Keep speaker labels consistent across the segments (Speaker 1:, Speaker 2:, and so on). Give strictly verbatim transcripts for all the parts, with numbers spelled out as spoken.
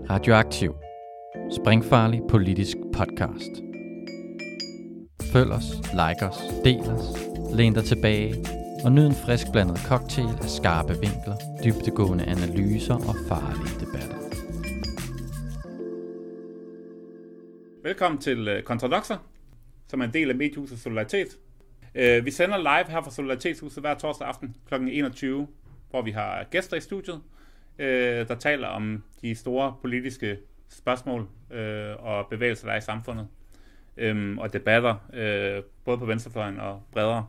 Speaker 1: Radioaktiv. Springfarlig politisk podcast. Følg os, like os, del os, læn dig tilbage og nyd en frisk blandet cocktail af skarpe vinkler, dybdegående analyser og farlige debatter.
Speaker 2: Velkommen til Kontradoxer, som er en del af Mediehuset Solidaritet. Vi sender live her fra Solidaritetshuset hver torsdag aften kl. enogtyve, hvor vi har gæster i studiet, der taler om de store politiske spørgsmål og bevægelser, der er i samfundet, og debatter, både på venstrefløjen og bredere.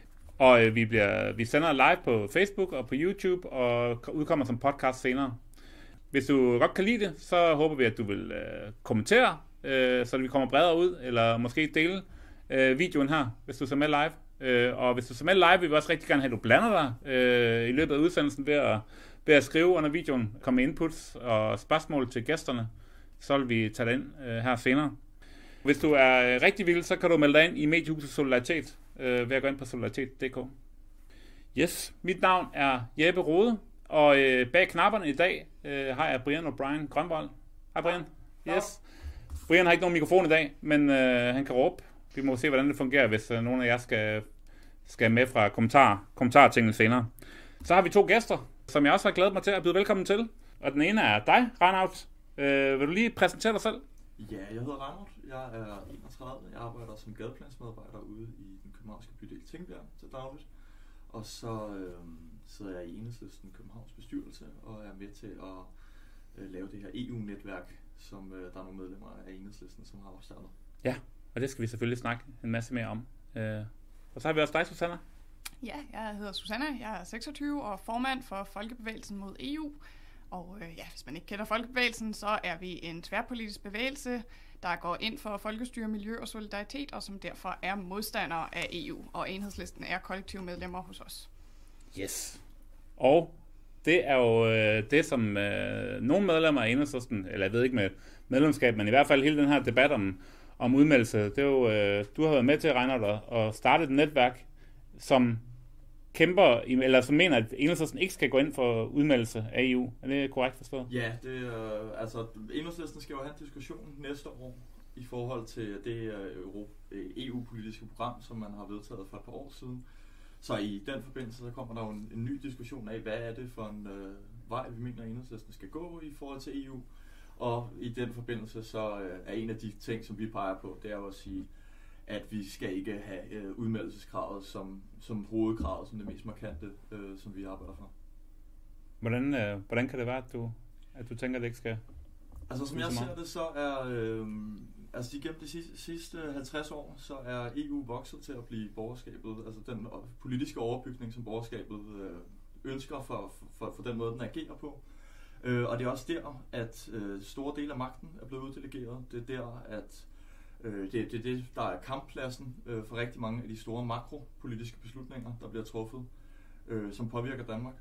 Speaker 2: Og vi, bliver, vi sender live på Facebook og på YouTube og udkommer som podcast senere. Hvis du godt kan lide det, så håber vi, at du vil kommentere, så vi kommer bredere ud, eller måske dele videoen her, hvis du ser med live. Og hvis du ser med live, vil vi også rigtig gerne have, at du blander dig i løbet af udsendelsen ved at, ved at skrive under videoen, komme med inputs og spørgsmål til gæsterne. Så vil vi tage det ind her senere. Hvis du er rigtig vild, så kan du melde dig ind i Mediehuset Solidaritet ved at gå ind på solidaritet punktum d k. Yes, mit navn er Jeppe Rode, og bag knapperne i dag har jeg Brian O'Brien Grønvold. Hej Brian. Yes. Brian har ikke nogen mikrofon i dag, men øh, han kan råbe. Vi må se, hvordan det fungerer, hvis øh, nogen af jer skal, skal med fra kommentar, kommentartingene senere. Så har vi to gæster, som jeg også har glædet mig til at byde velkommen til. Og den ene er dig, Reinhardt. Øh, vil du lige præsentere dig selv?
Speaker 3: Ja, jeg hedder Reinhardt. Jeg er enogtredive. Jeg arbejder som gadeplansmedarbejder ude i den københavnske bydel Tingbjerg til dagligt. Og så øh, sidder jeg i Enhedslisten Københavns bestyrelse og er med til at øh, lave det her E U-netværk, som øh, der er nogle medlemmer af Enhedslisten, som har opstartet.
Speaker 2: Ja, og det skal vi selvfølgelig snakke en masse mere om. Øh, og så har vi også dig, Susanna.
Speaker 4: Ja, jeg hedder Susanna. Jeg er seksogtyve og formand for Folkebevægelsen mod E U. Og øh, ja, hvis man ikke kender Folkebevægelsen, så er vi en tværpolitisk bevægelse, der går ind for folkestyre, miljø og solidaritet, og som derfor er modstandere af E U. Og Enhedslisten er kollektive medlemmer hos os.
Speaker 2: Yes. Og det er jo øh, det, som øh, nogle medlemmer af Enhedslisten, eller jeg ved ikke med medlemskab, men i hvert fald hele den her debat om, om udmeldelse, det er jo, øh, du har været med til, Reinhardt, at starte et netværk, som kæmper, eller som mener, at Enhedslisten ikke skal gå ind for udmeldelse af E U. Er det korrekt forstået?
Speaker 3: Ja, det, øh, altså Enhedslisten skal jo have en diskussion næste år i forhold til det øh, E U-politiske program, som man har vedtaget for et par år siden. Så i den forbindelse, så kommer der jo en, en ny diskussion af, hvad er det for en øh, vej, vi mener, at Enhedslisten skal gå i forhold til E U. Og i den forbindelse, så øh, er en af de ting, som vi peger på, det er jo at sige, at vi skal ikke have øh, udmeldelseskravet som, som hovedkravet, som det mest markante, øh, som vi arbejder for.
Speaker 2: Hvordan, øh, hvordan kan det være, at du, at du tænker, at det ikke skal?
Speaker 3: Altså som jeg ser det, så er øh, altså igennem de sidste, sidste halvtreds år, så er E U vokset til at blive borgerskabet, altså den politiske overbygning, som borgerskabet øh, ønsker for, for, for den måde, den agerer på. Øh, og det er også der, at øh, store dele af magten er blevet uddelegeret. Det er der, at øh, det, det er det, der er kamppladsen øh, for rigtig mange af de store makropolitiske beslutninger, der bliver truffet, øh, som påvirker Danmark.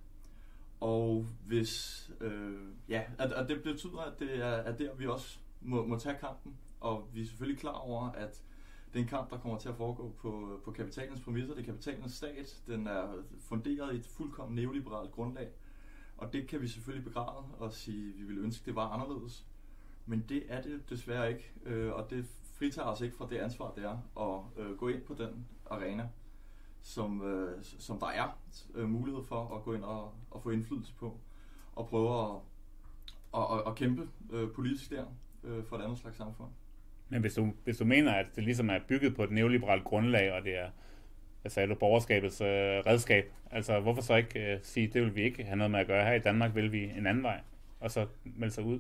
Speaker 3: Og hvis øh, ja, at, at det betyder, at det er at der, vi også må, må tage kampen. Og vi er selvfølgelig klar over, at det er en kamp, der kommer til at foregå på, på kapitalens præmisser. Det er kapitalens stat. Den er funderet i et fuldkommen neoliberalt grundlag. Og det kan vi selvfølgelig begræde og sige, at vi ville ønske, at det var anderledes. Men det er det desværre ikke. Og det fritager os ikke fra det ansvar, det er at gå ind på den arena, som, som der er mulighed for at gå ind og, og få indflydelse på. Og prøve at, at, at kæmpe politisk der for et andet slags samfund.
Speaker 2: Men hvis du, hvis du mener, at det ligesom er bygget på et neoliberalt grundlag, og det er, hvad sagde du, borgerskabets øh, redskab, altså hvorfor så ikke øh, sige, det vil vi ikke have noget med at gøre? Her i Danmark vil vi en anden vej, og så melde sig ud?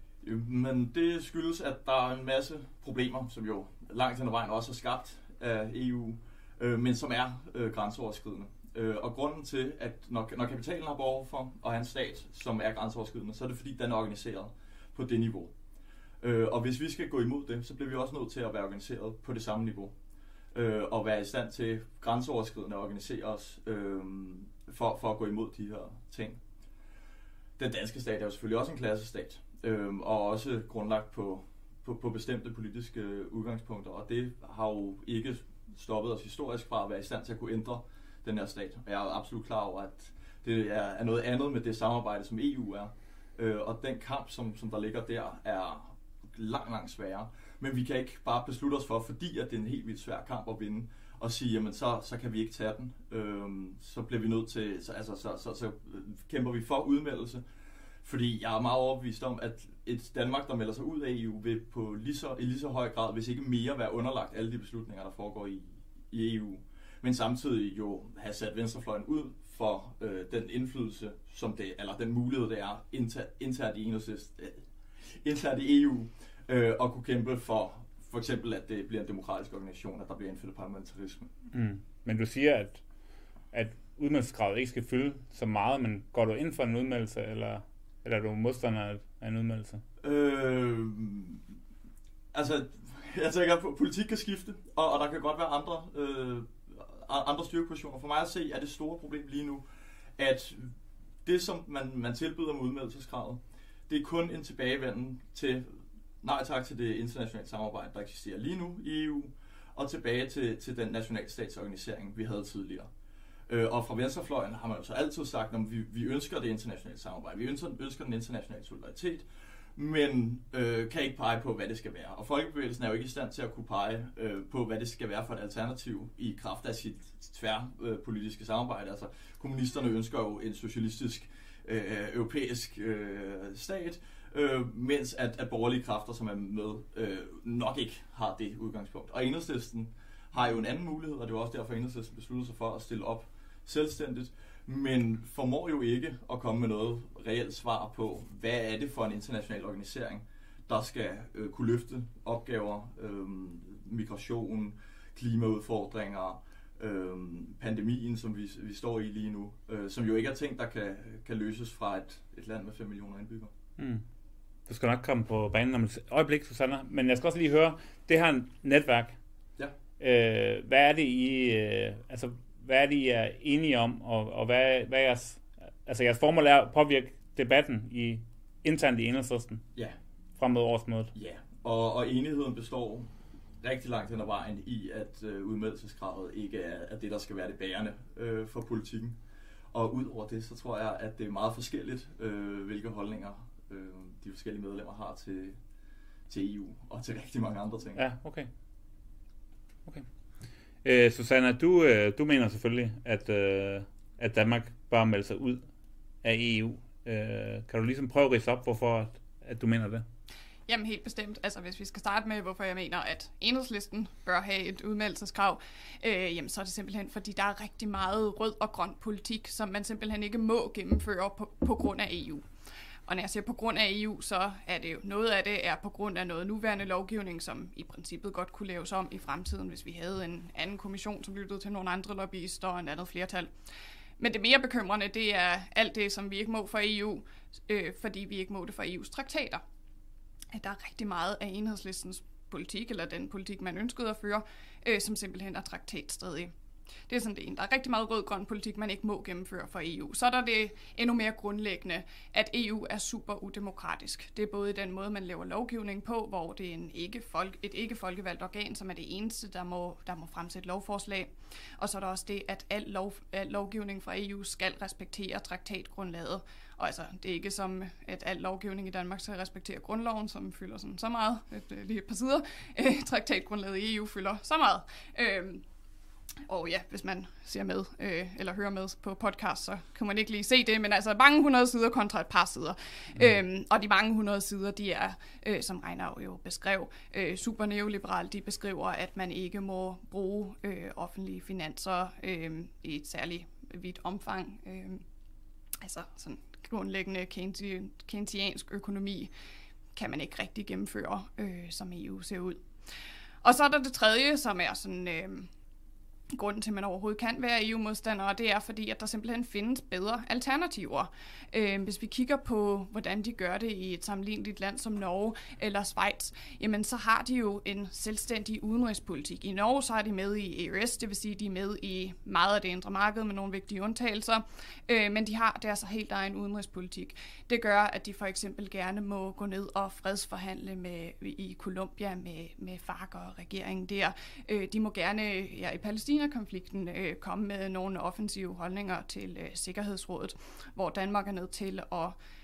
Speaker 3: Men det skyldes, at der er en masse problemer, som jo langt hen ad vejen også er skabt af E U, øh, men som er øh, grænseoverskridende. Øh, og grunden til, at når, når kapitalen har behov for at have en stat, som er grænseoverskridende, så er det fordi, den er organiseret på det niveau. Øh, og hvis vi skal gå imod det, så bliver vi også nødt til at være organiseret på det samme niveau. Øh, og være i stand til grænseoverskridende at organisere os øh, for, for at gå imod de her ting. Den danske stat er jo selvfølgelig også en klassestat, øh, og også grundlagt på, på, på bestemte politiske udgangspunkter. Og det har jo ikke stoppet os historisk fra at være i stand til at kunne ændre den her stat. Og jeg er absolut klar over, at det er noget andet med det samarbejde, som E U er, Øh, og den kamp, som, som der ligger der, er langt, langt sværere. Men vi kan ikke bare beslutte os for, fordi at det er en helt vildt svær kamp at vinde, og sige, jamen så, så kan vi ikke tage den. Øhm, så bliver vi nødt til, så, altså, så, så, så kæmper vi for udmeldelse. Fordi jeg er meget overbevist om, at et Danmark, der melder sig ud af E U, vil på lige så, i lige så høj grad, hvis ikke mere, være underlagt alle de beslutninger, der foregår i, i E U. Men samtidig jo have sat venstrefløjen ud for øh, den indflydelse, som det, eller den mulighed, det er inter, internt i enhedslisten, øh, internt i E U, øh, og kunne kæmpe for for eksempel, at det bliver en demokratisk organisation, at der bliver indført parlamentarisme.
Speaker 2: Mm. Men du siger, at, at udmeldelseskravet ikke skal fylde så meget, men går du ind for en udmeldelse, eller, eller er du modstander af en udmeldelse?
Speaker 3: Øh, altså, jeg tænker, at politik kan skifte, og, og der kan godt være andre, øh, andre styrkepositioner. For mig at se, er det store problem lige nu, at det, som man, man tilbyder med udmeldelseskravet, det er kun en tilbagevenden til nej tak til det internationale samarbejde, der eksisterer lige nu i E U, og tilbage til, til den nationalstatsorganisering, vi havde tidligere. Øh, og fra venstrefløjen har man jo så altid sagt, at vi, vi ønsker det internationale samarbejde, vi ønsker, ønsker den internationale solidaritet, men øh, kan ikke pege på, hvad det skal være. Og folkebevægelsen er jo ikke i stand til at kunne pege øh, på, hvad det skal være for et alternativ i kraft af sit tværpolitiske øh, samarbejde. Altså, kommunisterne ønsker jo en socialistisk øh, europæisk øh, stat, Øh, mens at, at borgerlige kræfter, som er med, øh, nok ikke har det udgangspunkt. Og Enhedslisten har jo en anden mulighed, og det er også derfor, Enhedslisten besluttede sig for at stille op selvstændigt, men formår jo ikke at komme med noget reelt svar på, hvad er det for en international organisering, der skal øh, kunne løfte opgaver, øh, migration, klimaudfordringer, øh, pandemien, som vi, vi står i lige nu, øh, som jo ikke er ting, der kan, kan løses fra et, et land med fem millioner indbyggere.
Speaker 2: Mm. Du skal nok komme på banen om et øjeblik, Susanna, men jeg skal også lige høre, det her netværk,
Speaker 3: ja.
Speaker 2: øh, hvad er det I, øh, altså, hvad er det, I er enige om, og, og hvad, hvad er jeres, altså jeres formål er at påvirke debatten i, internt i Enhedslisten
Speaker 3: ja.
Speaker 2: frem mod årsmødet?
Speaker 3: Ja, og, og enigheden består rigtig langt hen ad vejen i, at øh, udmeldelseskravet ikke er, er det, der skal være det bærende øh, for politikken. Og ud over det, så tror jeg, at det er meget forskelligt, øh, hvilke holdninger øh, de forskellige medlemmer har til, til E U og til rigtig mange andre ting.
Speaker 2: Ja, okay. okay. Øh, Susanna, du, øh, du mener selvfølgelig, at, øh, at Danmark bør melde sig ud af E U. Øh, kan du ligesom prøve at ridse op, hvorfor at, at du mener det?
Speaker 4: Jamen helt bestemt. Altså hvis vi skal starte med, hvorfor jeg mener, at Enhedslisten bør have et udmeldelseskrav, øh, jamen så er det simpelthen, fordi der er rigtig meget rød og grøn politik, som man simpelthen ikke må gennemføre på, på grund af E U. Og når jeg siger på grund af E U, så er det jo noget af det er på grund af noget nuværende lovgivning, som i princippet godt kunne laves om i fremtiden, hvis vi havde en anden kommission, som lyttede til nogle andre lobbyister og en andet flertal. Men det mere bekymrende, det er alt det, som vi ikke må for E U, øh, fordi vi ikke må det for E U's traktater. At der er rigtig meget af Enhedslistens politik, eller den politik, man ønskede at føre, øh, som simpelthen er traktatstridig. Det er sådan det ene. Der er rigtig meget rød-grøn politik, man ikke må gennemføre for E U. Så er der det endnu mere grundlæggende, at E U er super udemokratisk. Det er både den måde, man laver lovgivning på, hvor det er en ikke-folk, et ikke-folkevalgt organ, som er det eneste, der må, der må fremsætte lovforslag. Og så er der også det, at al, lov, al lovgivning fra E U skal respektere traktatgrundlaget. Og altså, det er ikke som, at al lovgivning i Danmark skal respektere grundloven, som fylder sådan så meget, et, lige et par sider. Traktatgrundlaget i E U fylder så meget. Øh, Og ja, hvis man ser med, øh, eller hører med på podcast, så kan man ikke lige se det, men altså mange hundrede sider kontra et par sider. Mm. Øhm, og de mange hundrede sider, de er, øh, som Ejnar jo beskrev, øh, super neoliberalt. De beskriver, at man ikke må bruge øh, offentlige finanser øh, i et særligt vidt omfang. Øh, altså sådan grundlæggende keynesiansk økonomi kan man ikke rigtig gennemføre, øh, som E U ser ud. Og så er der det tredje, som er sådan... Øh, Grunden til, at man overhovedet kan være E U-modstander, og det er fordi, at der simpelthen findes bedre alternativer. Øh, hvis vi kigger på, hvordan de gør det i et sammenligneligt land som Norge eller Schweiz, jamen så har de jo en selvstændig udenrigspolitik. I Norge så er de med i E U S, det vil sige, at de er med i meget af det indre marked med nogle vigtige undtagelser, øh, men de har deres helt egen udenrigspolitik. Det gør, at de for eksempel gerne må gå ned og fredsforhandle med, i Colombia med, med F A R C og regeringen der. Øh, de må gerne ja, i Palæstina konflikten øh, komme med nogle offensive holdninger til øh, Sikkerhedsrådet, hvor Danmark er nødt til at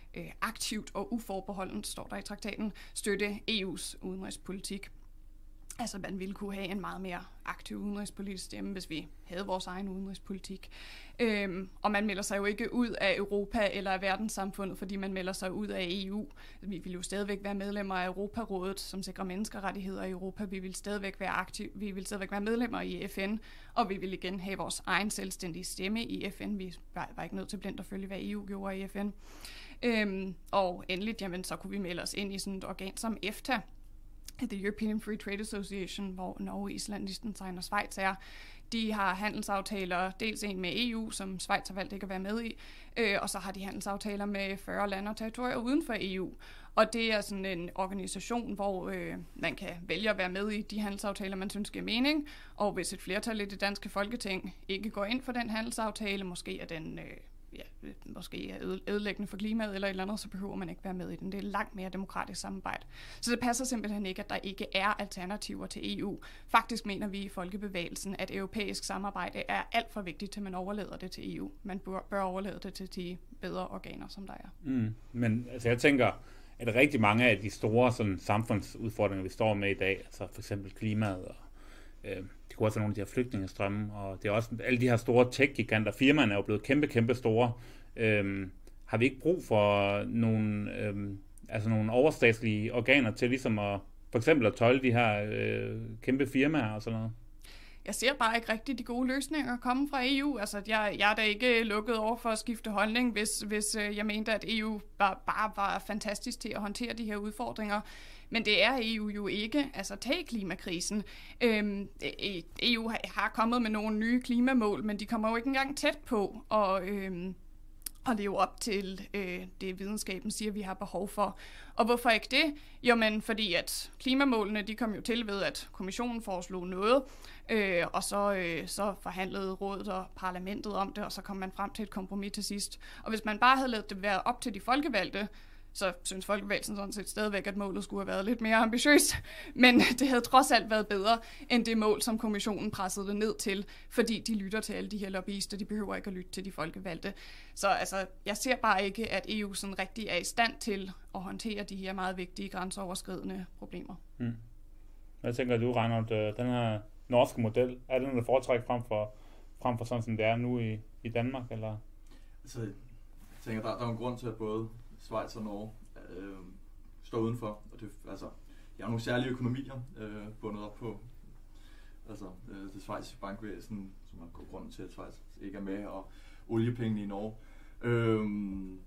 Speaker 4: øh, aktivt og uforbeholdent, står der i traktaten, støtte E U's udenrigspolitik. Altså, man ville kunne have en meget mere aktiv udenrigspolitisk stemme, hvis vi havde vores egen udenrigspolitik. Øhm, og man melder sig jo ikke ud af Europa eller af verdenssamfundet, fordi man melder sig ud af E U. Vi vil jo stadigvæk være medlemmer af Europarådet, som sikrer menneskerettigheder i Europa. Vi vil stadigvæk være aktiv, vi vil stadigvæk være medlemmer i F N, og vi vil igen have vores egen selvstændige stemme i F N. Vi var, var ikke nødt til blindt at følge, hvad E U gjorde i F N. Øhm, og endeligt, jamen, så kunne vi melde os ind i sådan et organ som EFTA, The European Free Trade Association, hvor Norge, Island, Liechtenstein og Schweiz er. De har handelsaftaler, dels en med E U, som Schweiz har valgt ikke at være med i, øh, og så har de handelsaftaler med fyrre lande og territorier uden for E U. Og det er sådan en organisation, hvor øh, man kan vælge at være med i de handelsaftaler, man synes giver mening, og hvis et flertal i det danske Folketing ikke går ind for den handelsaftale, måske er den... Øh, ja, måske er ødelæggende for klimaet eller et eller andet, så behøver man ikke være med i den. Det er langt mere demokratisk samarbejde. Så det passer simpelthen ikke, at der ikke er alternativer til E U. Faktisk mener vi i Folkebevægelsen, at europæisk samarbejde er alt for vigtigt, til man overlader det til E U. Man bør, bør overlade det til de bedre organer, som der er.
Speaker 2: Mm, men altså, jeg tænker, at rigtig mange af de store sådan, samfundsudfordringer, vi står med i dag, altså for eksempel klimaet og øh, det kunne også være nogle af de her flygtningestrømme, og det er også alle de her store tech-giganter. Firmaerne er jo blevet kæmpe, kæmpe store. Øhm, har vi ikke brug for nogle, øhm, altså nogle overstatslige organer til ligesom at, for eksempel at tøjle de her øh, kæmpe firmaer og sådan noget?
Speaker 4: Jeg ser bare ikke rigtig de gode løsninger komme fra E U. Altså, jeg, jeg er da ikke lukket over for at skifte holdning, hvis, hvis jeg mente, at E U bare, bare var fantastisk til at håndtere de her udfordringer. Men det er E U jo ikke. Altså, tag klimakrisen. Øhm, E U har kommet med nogle nye klimamål, men de kommer jo ikke engang tæt på at, øhm, at leve op til øh, det, videnskaben siger, vi har behov for. Og hvorfor ikke det? Jo, men fordi at klimamålene, de kom jo til ved, at kommissionen foreslog noget, øh, og så, øh, så forhandlede rådet og parlamentet om det, og så kom man frem til et kompromis til sidst. Og hvis man bare havde ladet det være op til de folkevalgte, så synes Folkebevægelsen sådan set stadigvæk, at målet skulle have været lidt mere ambitiøst. Men det havde trods alt været bedre end det mål, som kommissionen pressede det ned til, fordi de lytter til alle de her lobbyister, de behøver ikke at lytte til de folkevalgte. Så altså, jeg ser bare ikke, at E U sådan rigtig er i stand til at håndtere de her meget vigtige grænseoverskridende problemer.
Speaker 2: Hmm. Hvad tænker du, Reinhold, den her norske model, er den der foretræk frem for, frem for sådan, som det er nu i, i Danmark? Eller?
Speaker 3: Altså, jeg tænker, der, der er en grund til, at både Schweiz og Norge øh, står udenfor, og det, altså, der er nogle særlige økonomier øh, bundet op på altså, øh, det schweiziske bankvæsen, som er grunden til, at Schweiz ikke er med, og oliepengene i Norge. Øhm,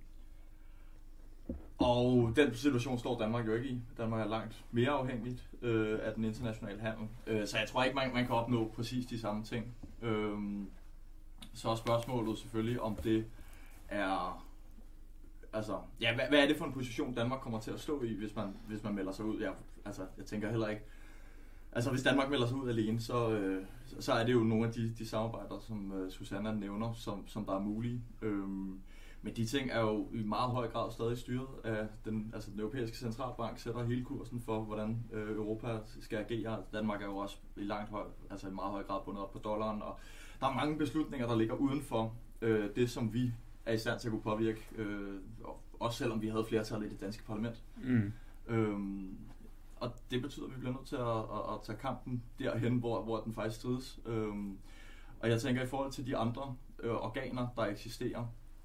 Speaker 3: og den situation står Danmark jo ikke i. Danmark er langt mere afhængigt øh, af den internationale handel, øh, så jeg tror ikke, man, man kan opnå præcis de samme ting. Øhm, så er spørgsmålet selvfølgelig, om det er... Altså, ja, hvad, hvad er det for en position, Danmark kommer til at stå i, hvis man, hvis man melder sig ud? Jeg, altså, jeg tænker heller ikke... Altså, hvis Danmark melder sig ud alene, så, øh, så er det jo nogle af de, de samarbejder, som øh, Susanna nævner, som, som der er mulige. Øhm, men de ting er jo i meget høj grad stadig styret af den, altså den europæiske centralbank, sætter hele kursen for, hvordan øh, Europa skal agere. Danmark er jo også i langt høj, altså i meget høj grad bundet op på dollaren, og der er mange beslutninger, der ligger uden for øh, det, som vi er i stand til at kunne påvirke, øh, også selvom vi havde flertal i det danske parlament. Mm. Øhm, og det betyder, at vi bliver nødt til at, at, at tage kampen derhen, hvor, hvor den faktisk strides. Øhm, og jeg tænker, i forhold til de andre øh, organer, der eksisterer,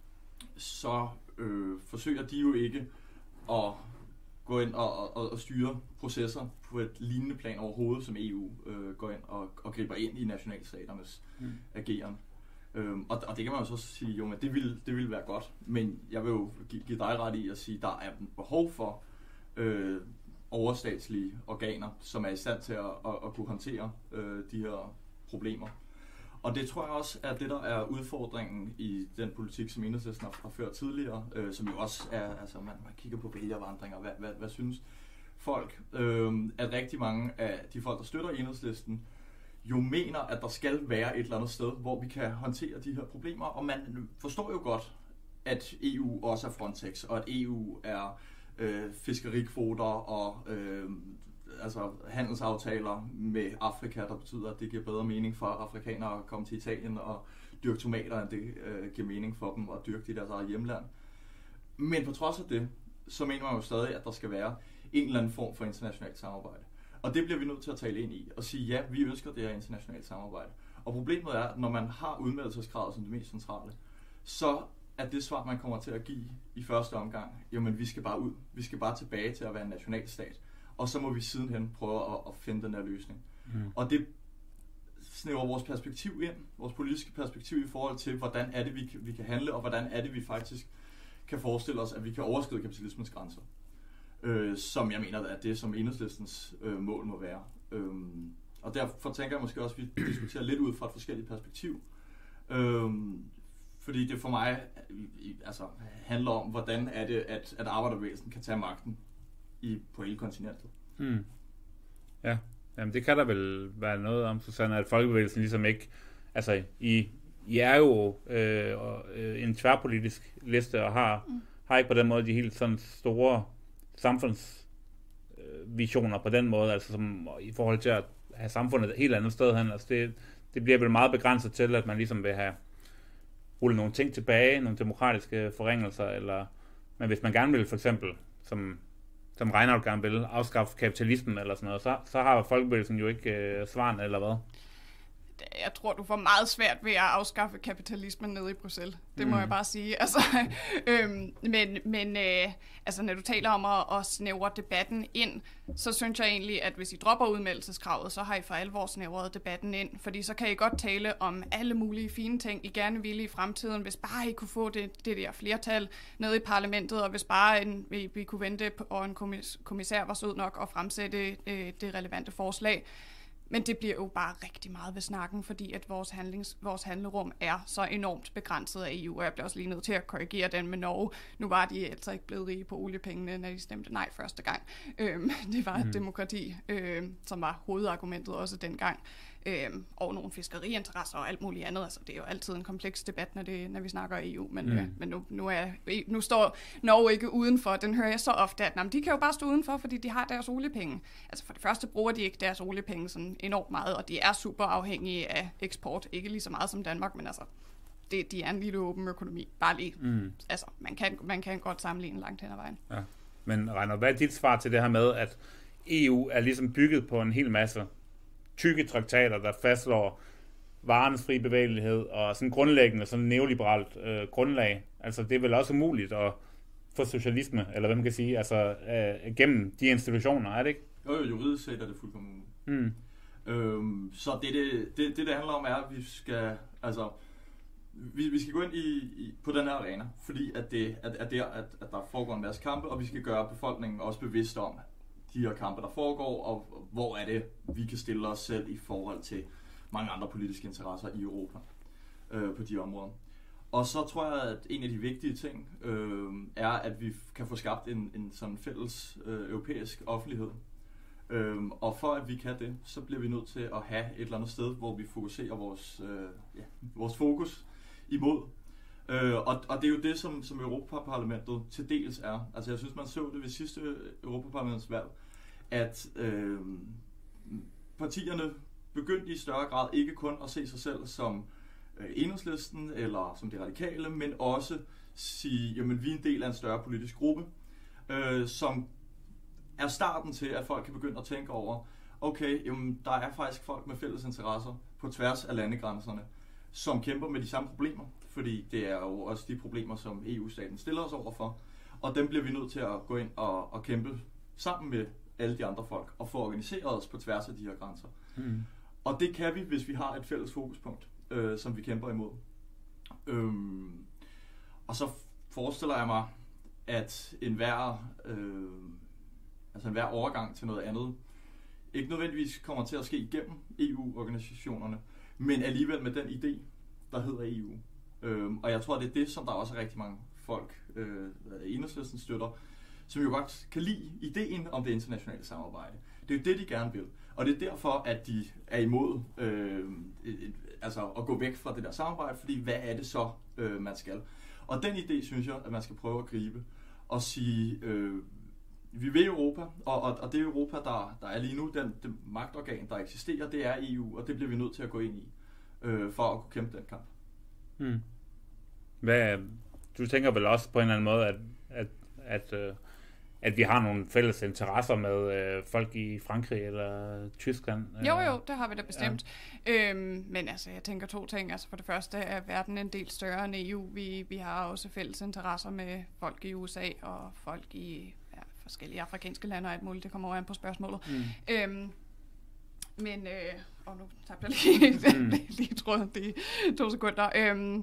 Speaker 3: så øh, forsøger de jo ikke at gå ind og, og, og styre processer på et lignende plan overhovedet, som E U øh, går ind og, og griber ind i nationalstaternes mm. ageren. Øhm, og, og det kan man jo så sige, jo, men det ville, det ville være godt, men jeg vil jo give, give dig ret i at sige, at der er behov for øh, overstatslige organer, som er i stand til at, at, at kunne håndtere øh, de her problemer. Og det tror jeg også er det, der er udfordringen i den politik, som Enhedslisten har, har ført tidligere, øh, som jo også er, altså man, man kigger på vælgervandringer, hvad, hvad, hvad synes folk, øh, at rigtig mange af de folk, der støtter Enhedslisten, jo mener, at der skal være et eller andet sted, hvor vi kan håndtere de her problemer. Og man forstår jo godt, at E U også er Frontex, og at E U er øh, fiskerikvoter og øh, altså handelsaftaler med Afrika, der betyder, at det giver bedre mening for afrikanere at komme til Italien og dyrke tomater, end det øh, giver mening for dem at dyrke i deres eget hjemland. Men på trods af det, så mener man jo stadig, at der skal være en eller anden form for internationalt samarbejde. Og det bliver vi nødt til at tale ind i og sige, ja, vi ønsker det her internationalt samarbejde. Og problemet er, at når man har udmeldelseskravet som det mest centrale, så er det svar, man kommer til at give i første omgang, jamen vi skal bare ud. Vi skal bare tilbage til at være en nationalstat. Og så må vi sidenhen prøve at, at finde den der løsning. Mm. Og det snæver vores perspektiv ind, vores politiske perspektiv i forhold til, hvordan er det, vi kan, vi kan handle, og hvordan er det, vi faktisk kan forestille os, at vi kan overskride kapitalismens grænser. Øh, som jeg mener, at det som Enhedslistens øh, mål må være. Øhm, og derfor tænker jeg måske også, at vi diskuterer lidt ud fra et forskelligt perspektiv. Øhm, fordi det for mig altså, handler om, hvordan er det, at, at arbejderbevægelsen kan tage magten i, på hele kontinentet.
Speaker 2: Hmm. Ja, jamen det kan der vel være noget om, Susanne, at folkebevægelsen ligesom ikke, altså I, I er jo øh, øh, en tværpolitisk liste, og har, mm. har ikke på den måde de helt sådan store samfundsvisioner øh, på den måde, altså som i forhold til at have samfundet et helt andet sted hen. Altså det, det bliver vel meget begrænset til, at man ligesom vil have rullet nogle ting tilbage, nogle demokratiske forringelser, eller, men hvis man gerne vil for eksempel, som, som Reinhardt gerne vil, afskaffe kapitalismen eller sådan noget, så, så har folkebevægelsen jo ikke øh, svaren, eller hvad?
Speaker 4: Jeg tror, du får meget svært ved at afskaffe kapitalismen nede i Bruxelles. Det må mm. jeg bare sige. Altså, øhm, men men øh, altså, når du taler om at, at snævre debatten ind, så synes jeg egentlig, at hvis I dropper udmeldelseskravet, så har I for alvor snævret debatten ind. Fordi så kan I godt tale om alle mulige fine ting, I gerne ville i fremtiden, hvis bare I kunne få det, det der flertal nede i parlamentet, og hvis bare en, vi, vi kunne vente på, og en kommissær var sød nok at fremsætte øh, det relevante forslag. Men det bliver jo bare rigtig meget ved snakken, fordi at vores, handlings, vores handlerum er så enormt begrænset af E U, og jeg bliver også lige nødt til at korrigere den med Norge. Nu var de altså ikke blevet rige på oliepengene, når de stemte nej første gang. Øhm, det var et mm. demokrati, øhm, som var hovedargumentet også dengang. Øhm, og nogle fiskeriinteresser og alt muligt andet. Altså, det er jo altid en kompleks debat, når, det, når vi snakker E U, men, mm. øh, men nu, nu, er, nu står Norge ikke udenfor. Den hører jeg så ofte, at jamen, de kan jo bare stå udenfor, fordi de har deres oliepenge. Altså for det første bruger de ikke deres oliepenge sådan enormt meget, og de er super afhængige af eksport. Ikke lige så meget som Danmark, men altså, det, de er en lille åben økonomi. Bare lige. Mm. Altså, man kan, man kan godt sammenligne langt hen ad vejen. Ja.
Speaker 2: Men Reiner, hvad er dit svar til det her med, at E U er ligesom bygget på en hel masse tykke traktater, der fastslår varernes fri bevægelighed og sådan grundlæggende sådan neoliberalt øh, grundlag. Altså det er vel også umuligt at få socialisme, eller hvad man kan sige, altså øh, gennem de institutioner, er det ikke?
Speaker 3: Jo, jo, juridisk set er det fuldkommen umuligt. Mm. Øhm, så det det, det, det, det handler om, er, at vi skal, altså, vi, vi skal gå ind i, i, på den her arena, fordi at det at, at, det, at, at der foregår en masse kampe, og vi skal gøre befolkningen også bevidst om de her kampe, der foregår, og hvor er det, vi kan stille os selv i forhold til mange andre politiske interesser i Europa øh, på de områder. Og så tror jeg, at en af de vigtige ting øh, er, at vi kan få skabt en, en sådan fælles øh, europæisk offentlighed. Øh, og for at vi kan det, så bliver vi nødt til at have et eller andet sted, hvor vi fokuserer vores, øh, ja, vores fokus imod. Øh, og, og det er jo det, som, som Europaparlamentet til dels er. Altså jeg synes, man så det ved sidste Europaparlamentsvalg, at øh, partierne begyndte i større grad ikke kun at se sig selv som øh, Enhedslisten eller som de radikale, men også sige, jamen vi er en del af en større politisk gruppe, øh, som er starten til, at folk kan begynde at tænke over, okay, jamen der er faktisk folk med fælles interesser på tværs af landegrænserne, som kæmper med de samme problemer, fordi det er jo også de problemer, som E U-staten stiller os overfor, og dem bliver vi nødt til at gå ind og, og kæmpe sammen med alle de andre folk, og få organiseret os på tværs af de her grænser. Mm. Og det kan vi, hvis vi har et fælles fokuspunkt, øh, som vi kæmper imod. Øhm, og så forestiller jeg mig, at enhver, øh, altså enhver overgang til noget andet, ikke nødvendigvis kommer til at ske igennem E U-organisationerne, men alligevel med den idé, der hedder E U. Øhm, og jeg tror, det er det, som der også er rigtig mange folk, øh, Enhedslisten støtter, som jo godt kan lide ideen om det internationale samarbejde. Det er jo det, de gerne vil. Og det er derfor, at de er imod øh, et, altså at gå væk fra det der samarbejde, fordi hvad er det så, øh, man skal? Og den idé, synes jeg, at man skal prøve at gribe og sige, øh, vi vil Europa, og, og, og det Europa, der, der er lige nu, den, den magtorgan, der eksisterer, det er E U, og det bliver vi nødt til at gå ind i, øh, for at kunne kæmpe den kamp.
Speaker 2: Hmm. Hvad, du tænker vel også på en eller anden måde, at at, øh, at vi har nogle fælles interesser med øh, folk i Frankrig eller Tyskland.
Speaker 4: Jo, jo, det har vi da bestemt. Ja. Øhm, men altså, jeg tænker to ting. Altså, for det første er verden en del større end E U. Vi, vi har også fælles interesser med folk i U S A og folk i ja, forskellige afrikanske lande og alt muligt. Det kommer over an på spørgsmålet. Mm. Øhm, men, øh, og nu tabte jeg lige, mm. lige tråden, det to sekunder. Øhm,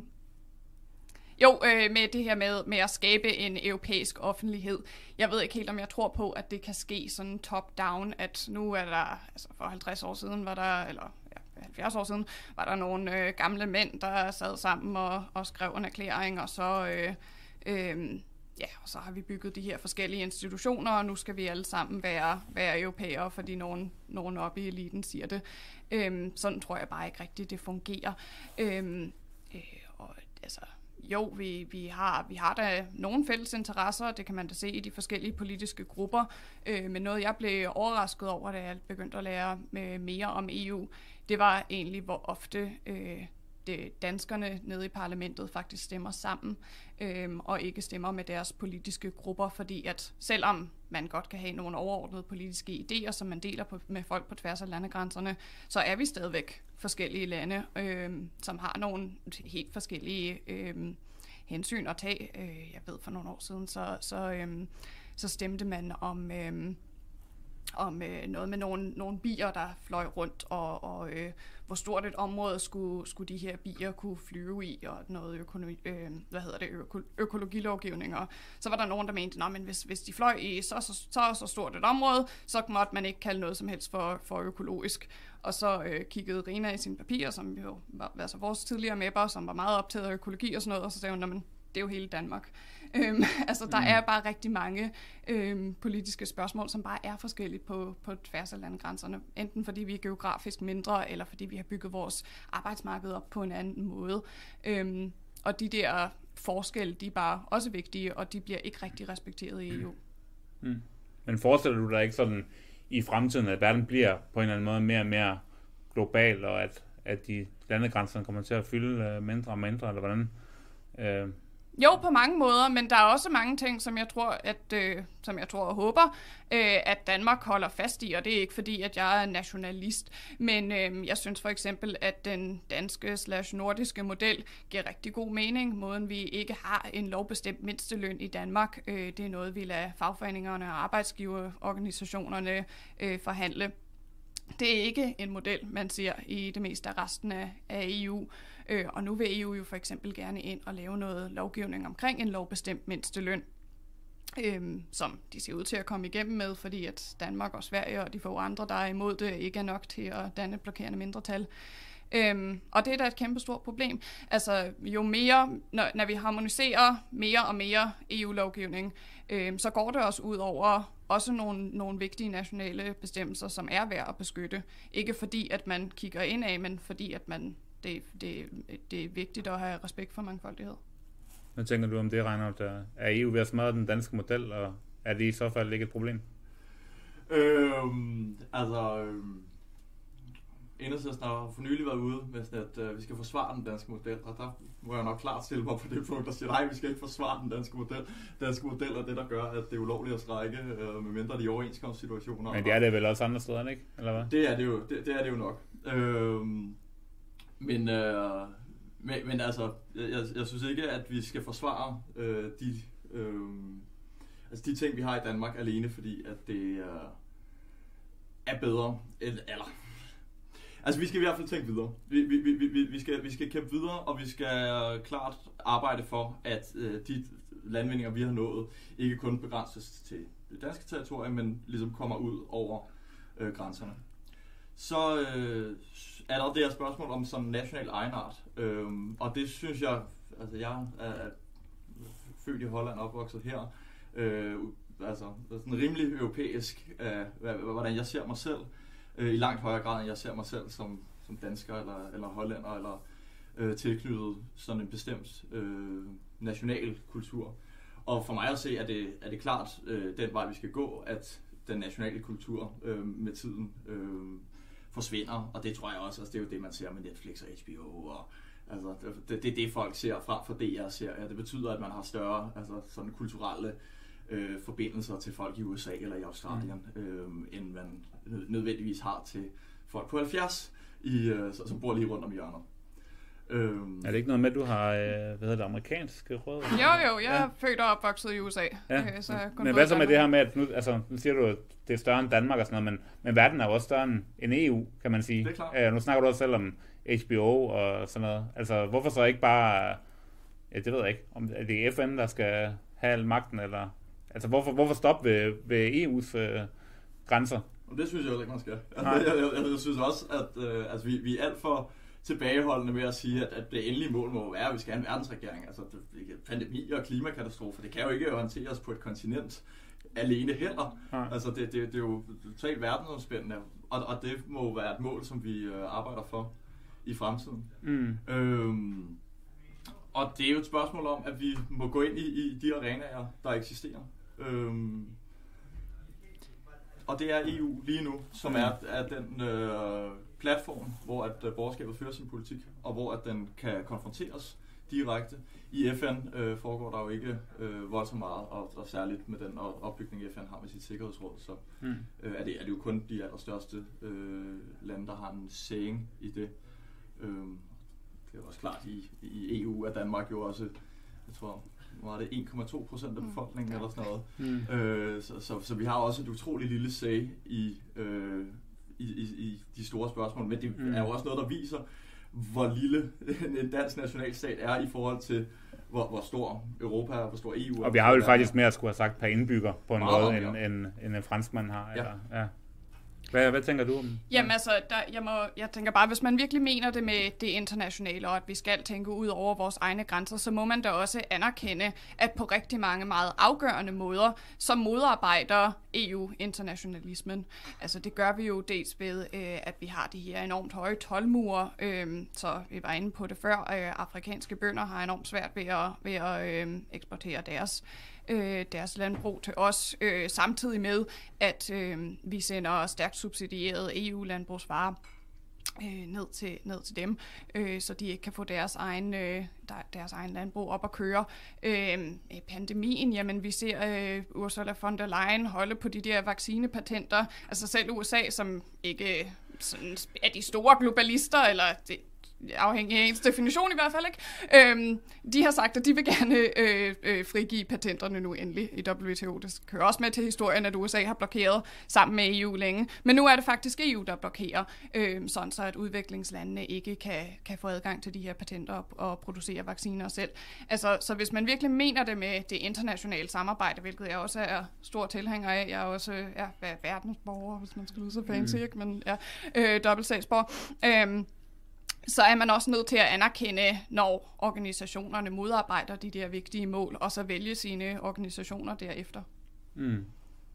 Speaker 4: Jo, øh, med det her med, med at skabe en europæisk offentlighed. Jeg ved ikke helt, om jeg tror på, at det kan ske sådan top-down, at nu er der, altså for halvtreds år siden var der, eller ja, halvfjerds år siden, var der nogle øh, gamle mænd, der sad sammen og, og skrev en erklæring, og så, øh, øh, ja, og så har vi bygget de her forskellige institutioner, og nu skal vi alle sammen være, være europæere, fordi nogen, nogen oppe i eliten siger det. Øh, sådan tror jeg bare ikke rigtigt, det fungerer. Øh, øh, og altså... Jo, vi, vi, har, vi har da nogle fælles interesser, det kan man da se i de forskellige politiske grupper, øh, men noget jeg blev overrasket over, da jeg begyndte at lære mere om E U, det var egentlig, hvor ofte øh, det, danskerne nede i parlamentet faktisk stemmer sammen, øh, og ikke stemmer med deres politiske grupper, fordi at selvom man godt kan have nogle overordnede politiske idéer, som man deler på, med folk på tværs af landegrænserne, så er vi stadigvæk forskellige lande, øh, som har nogle helt forskellige øh, hensyn at tage. Øh, jeg ved, for nogle år siden, så, så, øh, så stemte man om... Øh, om øh, noget med nogle, nogle bier, der fløj rundt, og, og øh, hvor stort et område skulle, skulle de her bier kunne flyve i, og noget økonomi, øh, hvad hedder det, øko, økologilovgivning. Og så var der nogen, der mente, at hvis, hvis de fløj i så, så, så, så stort et område, så måtte man ikke kalde noget som helst for, for økologisk. Og så øh, kiggede Rina i sine papirer, som jo var altså vores tidligere mapper, som var meget optaget af økologi og sådan noget, og så sagde hun, men det er jo hele Danmark. Øhm, altså, der mm. er bare rigtig mange øhm, politiske spørgsmål, som bare er forskellige på, på tværs af landegrænserne. Enten fordi vi er geografisk mindre, eller fordi vi har bygget vores arbejdsmarked op på en anden måde. Øhm, og de der forskelle, de er bare også vigtige, og de bliver ikke rigtig respekteret i E U.
Speaker 2: Mm. Men forestiller du dig ikke sådan i fremtiden, at verden bliver på en eller anden måde mere og mere global, og at, at de landegrænserne kommer til at fylde mindre og mindre, eller hvordan? Øh,
Speaker 4: Jo, på mange måder, men der er også mange ting, som jeg tror, at, øh, som jeg tror og håber, øh, at Danmark holder fast i, og det er ikke fordi, at jeg er nationalist, men øh, jeg synes for eksempel, at den danske slash nordiske model giver rigtig god mening. Måden vi ikke har en lovbestemt mindsteløn i Danmark, øh, det er noget, vi lader fagforeningerne og arbejdsgiverorganisationerne øh, forhandle. Det er ikke en model, man ser i det meste af resten af, af E U. Øh, og nu vil E U jo for eksempel gerne ind og lave noget lovgivning omkring en lovbestemt mindsteløn, øh, som de ser ud til at komme igennem med, fordi at Danmark og Sverige og de få andre, der er imod det, ikke er nok til at danne et blokerende mindretal. Øhm, og det er da et kæmpe stort problem. Altså jo mere, når, når vi harmoniserer mere og mere E U-lovgivning, øhm, så går det også ud over også nogle, nogle vigtige nationale bestemmelser, som er værd at beskytte. Ikke fordi, at man kigger indad, men fordi, at man, det, det, det er vigtigt at have respekt for mangfoldighed.
Speaker 2: Hvad tænker du om det, Reinhold? Er E U ved at smadre den danske model, og er det i så fald ikke et problem?
Speaker 3: Øhm, altså... Øhm Enhedslisten har for nylig været ude med sådan, at øh, vi skal forsvare den danske model, og der må jeg nok klart stille mig på det punkt, der siger, nej, vi skal ikke forsvare den danske model. Den danske model er det, der gør, at det er ulovligt at strække, øh, medmindre de overenskomstsituationer.
Speaker 2: Men det er det vel også andre steder, ikke? Eller hvad?
Speaker 3: Det er det jo, det, det er det jo nok. Øh, men, øh, men, men altså, jeg, jeg synes ikke, at vi skal forsvare øh, de, øh, altså de ting, vi har i Danmark alene, fordi at det øh, er bedre, eller... eller Altså, vi skal i hvert fald tænke videre. Vi, vi, vi, vi, vi, skal, vi skal kæmpe videre, og vi skal klart arbejde for, at øh, de landvindinger, vi har nået, ikke kun begrænses til det danske territorium, men ligesom kommer ud over øh, grænserne. Så øh, er der det her spørgsmål om sådan national egenart, øh, og det synes jeg, altså jeg er født i Holland, opvokset her, øh, altså sådan rimelig europæisk, øh, hvordan jeg ser mig selv, i langt højere grad, end jeg ser mig selv som, som dansker eller, eller hollænder, eller øh, tilknyttet sådan en bestemt øh, national kultur. Og for mig at se, er det, er det klart øh, den vej, vi skal gå, at den nationale kultur øh, med tiden øh, forsvinder. Og det tror jeg også, altså, det er jo det, man ser med Netflix og H B O. Og, altså, det, det er det, folk ser frem for D R-serier. Det betyder, at man har større altså, sådan kulturelle øh, forbindelser til folk i U S A eller i Australien, mm. øh, end man nødvendigvis har til folk på halvfjerds, i, øh, som bor lige rundt om hjørnet.
Speaker 2: Øhm. Er det ikke noget med, at du har, øh, hvad hedder det, amerikanske rødder?
Speaker 4: Jo, jo, jeg ja. er født og opvokset i U S A.
Speaker 2: Ja. Øh, så men hvad så med det her med, at nu, altså, nu siger du, at det er større end Danmark og sådan noget, men, men verden er jo også større end E U, kan man sige.
Speaker 3: Det er klart.
Speaker 2: Øh, nu snakker du også selv om H B O og sådan noget. Altså, hvorfor så ikke bare, ja, det ved jeg ikke, om er det F N, der skal have al magten, eller, altså, hvorfor, hvorfor stoppe ved, ved E U's øh, grænser?
Speaker 3: Det synes jeg jo ikke, man skal. Altså, jeg, jeg, jeg, jeg synes også, at øh, altså, vi, vi er alt for tilbageholdende med at sige, at, at det endelige mål må være, at vi skal have en verdensregering. Altså, det, pandemi og klimakatastrofer, det kan jo ikke håndteres på et kontinent alene heller. Ja. Altså, det, det, det er jo totalt verdensomspændende, og, og det må være et mål, som vi øh, arbejder for i fremtiden. Mm. Øhm, og det er jo et spørgsmål om, at vi må gå ind i, i de arenaer, der eksisterer. Øhm, og det er E U lige nu, som er, er den øh, platform, hvor at øh, borgerskabet fører sin politik, og hvor at den kan konfronteres direkte. I F N øh, foregår der jo ikke øh, voldsomt meget, og, og særligt med den opbygning, F N har med sit sikkerhedsråd, så mm. øh, er, det, er det jo kun de allerstørste øh, lande, der har en saying i det. Øh, det er også klart, i, i E U er Danmark jo også, jeg tror, var det en komma to procent af befolkningen mm. eller sådan noget. Mm. Øh, så, så, så vi har også et utroligt lille say i, øh, i, i, i de store spørgsmål, men det mm. er jo også noget, der viser, hvor lille en dansk nationalstat er i forhold til, hvor, hvor stor Europa er, hvor stor E U er.
Speaker 2: Og vi har jo faktisk mere at skulle have sagt per indbygger på en måde, end, end, end en franskmand har. Ja. Eller, ja. Hvad, hvad tænker du om?
Speaker 4: Jamen altså, der, jeg, må, jeg tænker bare, hvis man virkelig mener det med det internationale, og at vi skal tænke ud over vores egne grænser, så må man da også anerkende, at på rigtig mange meget afgørende måder, så modarbejder E U internationalismen. Altså det gør vi jo dels ved, øh, at vi har de her enormt høje toldmure, øh, så vi var inde på det før, øh, afrikanske bønder har enormt svært ved at, ved at øh, eksportere deres Øh, deres landbrug til os, øh, samtidig med, at øh, vi sender stærkt subsidierede E U-landbrugsvarer øh, ned, til, ned til dem, øh, så de ikke kan få deres egen, øh, der, deres egen landbrug op at køre. Øh, pandemien, jamen vi ser øh, Ursula von der Leyen holde på de der vaccinepatenter, altså selv U S A, som ikke sådan, er de store globalister, eller det, afhængig af ens definition i hvert fald, ikke? Øhm, de har sagt, at de vil gerne øh, øh, frigive patenterne nu endelig i W T O. Det kører også med til historien, at U S A har blokeret sammen med E U længe. Men nu er det faktisk E U, der blokerer, øh, sådan så at udviklingslandene ikke kan, kan få adgang til de her patenter og, og producere vacciner selv. Altså, så hvis man virkelig mener det med det internationale samarbejde, hvilket jeg også er stor tilhænger af, jeg er også ja, verdensborger, hvis man skal lyde så fancy, ikke? Men ja, øh, dobbelt statsborger. Øh, så er man også nødt til at anerkende, når organisationerne modarbejder de der vigtige mål, og så vælge sine organisationer derefter.
Speaker 2: Mm.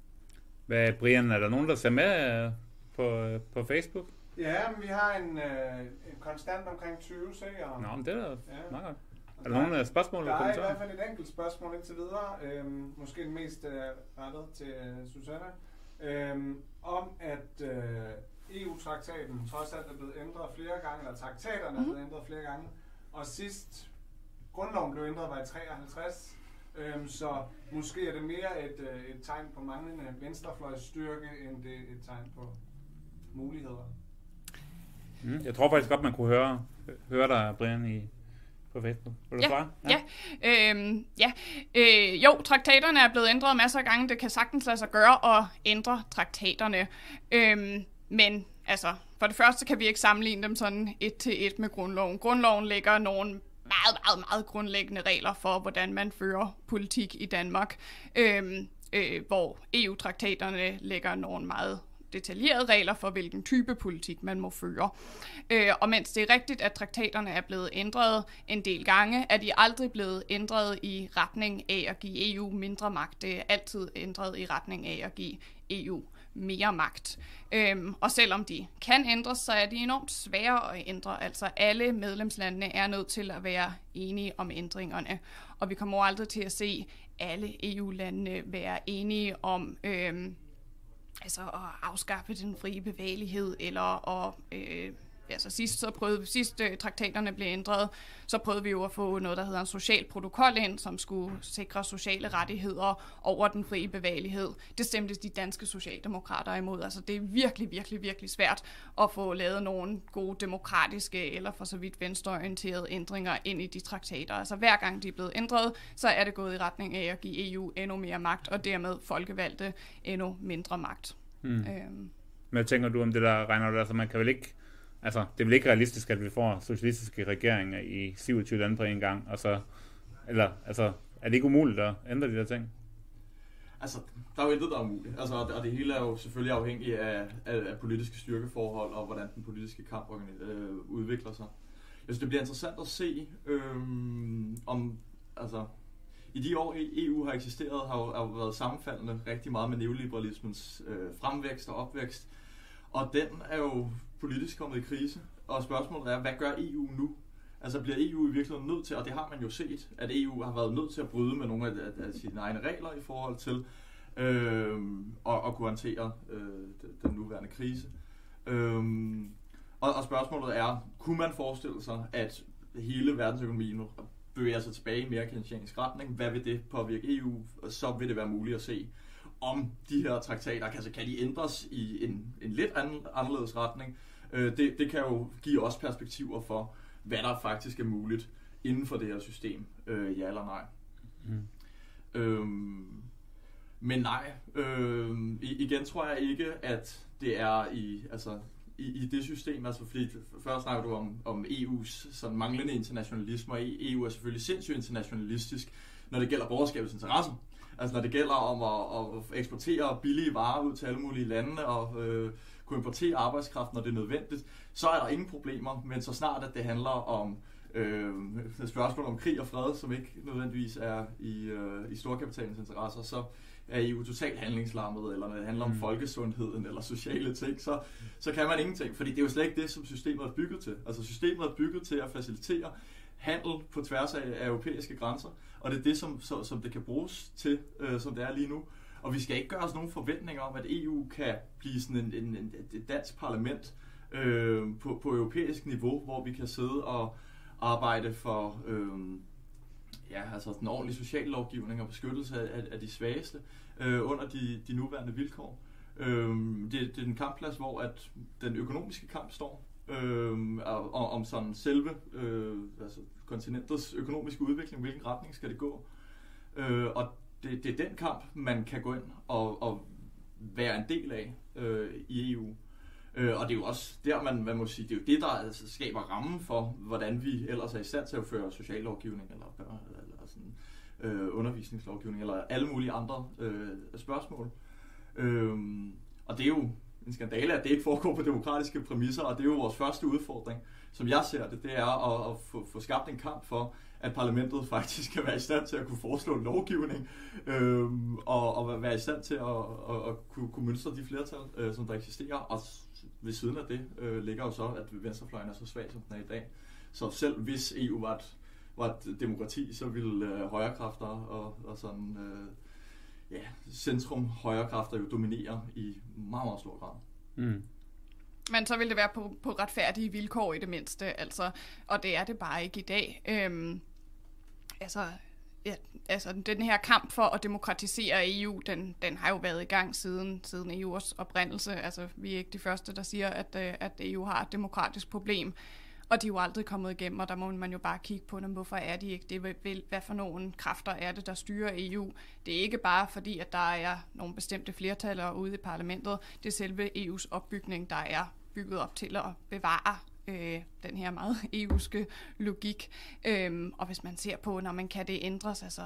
Speaker 2: Hvad, Brian, er der nogen, der ser med på, på Facebook?
Speaker 5: Ja, men vi har en, øh, en konstant omkring tyve seere.
Speaker 2: Nå, men det er da ja. meget godt. Er der, der nogle spørgsmål?
Speaker 5: Der er i hvert fald et enkelt spørgsmål indtil videre, øhm, måske den mest øh, rettet til uh, Susanna, øhm, om at øh, E U-traktaten trods alt er blevet ændret flere gange, eller traktaterne mm. er blevet ændret flere gange, og sidst grundloven blev ændret var i treoghalvtreds, øhm, så måske er det mere et, øh, et tegn på manglende venstrefløjsstyrke, end det et tegn på muligheder.
Speaker 2: Mm. Jeg tror faktisk godt, man kunne høre, høre dig, Brian, i, på Facebook. Vil du
Speaker 4: ja,
Speaker 2: svare?
Speaker 4: Ja, ja. Øhm, ja. Øh, jo, traktaterne er blevet ændret masser af gange. Det kan sagtens lade sig gøre at ændre traktaterne. Øhm, Men altså, for det første kan vi ikke sammenligne dem sådan et til et med grundloven. Grundloven lægger nogle meget, meget, meget grundlæggende regler for, hvordan man fører politik i Danmark, øhm, øh, hvor E U-traktaterne lægger nogle meget detaljerede regler for, hvilken type politik man må føre. Øh, og mens det er rigtigt, at traktaterne er blevet ændret en del gange, er de aldrig blevet ændret i retning af at give E U mindre magt. Det er altid ændret i retning af at give E U mere magt. Øhm, og selvom de kan ændres, så er de enormt svære at ændre. Altså alle medlemslandene er nødt til at være enige om ændringerne. Og vi kommer aldrig til at se alle E U-landene være enige om øhm, altså at afskaffe den frie bevægelighed, eller at øh, altså sidst, så prøvede, sidst øh, traktaterne blev ændret, så prøvede vi jo at få noget, der hedder en social protokol ind, som skulle sikre sociale rettigheder over den frie bevægelighed. Det stemte de danske socialdemokrater imod. Altså det er virkelig, virkelig, virkelig svært at få lavet nogle gode demokratiske eller for så vidt venstreorienterede ændringer ind i de traktater. Altså hver gang de er blevet ændret, så er det gået i retning af at give E U endnu mere magt, og dermed folkevalgte endnu mindre magt. Hmm. Øhm.
Speaker 2: Men tænker du om det der, regner du, altså man kan vel ikke, altså det er vel ikke realistisk, at vi får socialistiske regeringer i syvogtyve lande på en gang, og så, eller, altså, er det ikke umuligt at ændre de der ting?
Speaker 3: Altså, der er jo intet, der er umuligt, altså, og det hele er jo selvfølgelig afhængigt af, af, af politiske styrkeforhold, og hvordan den politiske kamp øh, udvikler sig. Jeg synes, det bliver interessant at se, øh, om, altså, i de år E U har eksisteret, har jo, har jo været sammenfaldende rigtig meget med neoliberalismens øh, fremvækst og opvækst. Og den er jo politisk kommet i krise. Og spørgsmålet er, hvad gør E U nu? Altså bliver E U i virkeligheden nødt til, og det har man jo set, at E U har været nødt til at bryde med nogle af, af, af sine egne regler i forhold til øh, at, at kunne håndtere øh, den nuværende krise. Øh, og, og spørgsmålet er, kunne man forestille sig, at hele verdensøkonomien bevæger sig tilbage i mere keynesiansk retning? Hvad vil det påvirke E U? Så vil det være muligt at se, om de her traktater kan, kan de ændres i en, en lidt anden, anderledes retning. Øh, det, det kan jo give os perspektiver for, hvad der faktisk er muligt inden for det her system. Øh, ja eller nej. Mm. Øhm, men nej, øh, igen tror jeg ikke, at det er i, altså, i, i det system, altså fordi først snakker du om, om E U's sådan manglende internationalisme, og E U er selvfølgelig sindssygt internationalistisk, når det gælder borgerskabets interesser. Altså når det gælder om at, at eksportere billige varer ud til alle mulige lande og øh, kunne importere arbejdskraft, når det er nødvendigt, så er der ingen problemer. Men så snart at det handler om øh, spørgsmål om krig og fred, som ikke nødvendigvis er i, øh, i storkapitalens interesser, så er E U totalt handlingslammet, eller når det handler om mm. folkesundheden eller sociale ting, så, så kan man ingenting. Fordi det er jo slet ikke det, som systemet er bygget til. Altså systemet er bygget til at facilitere handel på tværs af europæiske grænser, og det er det, som, så, som det kan bruges til, øh, som det er lige nu. Og vi skal ikke gøre os nogen forventninger om, at E U kan blive sådan en, en, en, et dansk parlament øh, på, på europæisk niveau, hvor vi kan sidde og arbejde for øh, ja, altså den ordentlige sociallovgivning og beskyttelse af, af de svageste øh, under de, de nuværende vilkår. Øh, det, det er en kampplads, hvor at den økonomiske kamp står. Øh, og, og om sådan selve øh, altså kontinentets økonomiske udvikling, hvilken retning skal det gå. Øh, og det, det er den kamp, man kan gå ind og, og være en del af øh, i E U. Øh, og det er jo også der, man, man må sige, det er jo det, der altså skaber rammen for, hvordan vi ellers er i stand til at føre sociallovgivning, eller, eller, eller sådan, øh, undervisningslovgivning, eller alle mulige andre øh, spørgsmål. Øh, og det er jo en skandale, at det ikke foregår på demokratiske præmisser, og det er jo vores første udfordring, som jeg ser det, det er at, at få, få skabt en kamp for, at parlamentet faktisk kan være i stand til at kunne foreslå lovgivning, øhm, og, og være i stand til at, at, at kunne, kunne mønstre de flertal, øh, som der eksisterer, og ved siden af det øh, ligger jo så, at venstrefløjen er så svag, som den er i dag. Så selv hvis E U var et, var et demokrati, så ville øh, højrekræfter og, og sådan... Øh, ja, centrum højrekræfter jo dominerer i meget, meget stor grad. Mm.
Speaker 4: Men så vil det være på, på retfærdige vilkår i det mindste, altså, og det er det bare ikke i dag. Øhm, altså, ja, altså, den her kamp for at demokratisere E U, den, den har jo været i gang siden, siden E U's oprindelse. Altså, vi er ikke de første, der siger, at, at E U har et demokratisk problem. Og de er jo aldrig kommet igennem, og der må man jo bare kigge på dem. Hvorfor er de ikke det? Hvad for nogle kræfter er det, der styrer E U? Det er ikke bare fordi, at der er nogle bestemte flertaler ude i parlamentet. Det er selve E U's opbygning, der er bygget op til at bevare øh, den her meget E U'ske logik. Øhm, og hvis man ser på, når man kan det ændres, altså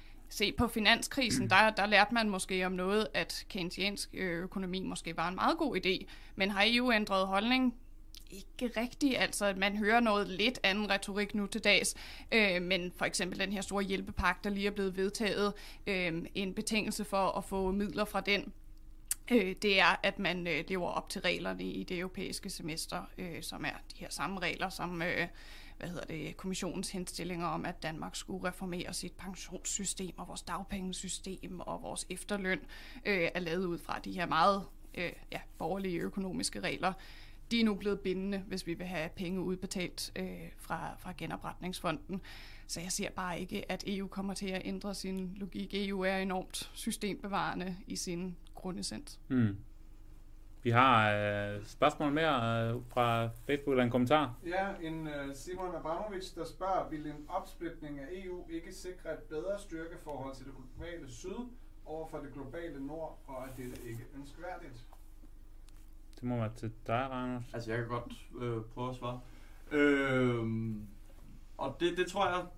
Speaker 4: se på finanskrisen, der, der lærte man måske om noget, at keynesiansk økonomi måske var en meget god idé. Men har E U ændret holdning? Ikke rigtigt, altså at man hører noget lidt anden retorik nu til dags, øh, men for eksempel den her store hjælpepakke, der lige er blevet vedtaget, øh, en betingelse for at få midler fra den, øh, det er, at man øh, lever op til reglerne i det europæiske semester, øh, som er de her samme regler, som øh, hvad hedder det, kommissionens henstillinger om, at Danmark skulle reformere sit pensionssystem og vores dagpengesystem og vores efterløn, øh, er lavet ud fra de her meget øh, ja, borgerlige økonomiske regler. de er nu blevet bindende, hvis vi vil have penge udbetalt øh, fra, fra genopretningsfonden. Så jeg ser bare ikke, at E U kommer til at ændre sin logik. E U er enormt systembevarende i sin grundessens.
Speaker 2: Mm. Vi har øh, spørgsmål mere øh, fra Facebook eller en kommentar.
Speaker 5: Ja, en uh, Simon Abramovic, der spørger, vil en opsplitning af E U ikke sikre et bedre styrkeforhold til det globale syd over for det globale nord, og er dette ikke ønskværdigt?
Speaker 2: Det må være til dig, Randers.
Speaker 3: Altså, jeg kan godt øh, prøve at svare. Øh, og det, det tror jeg...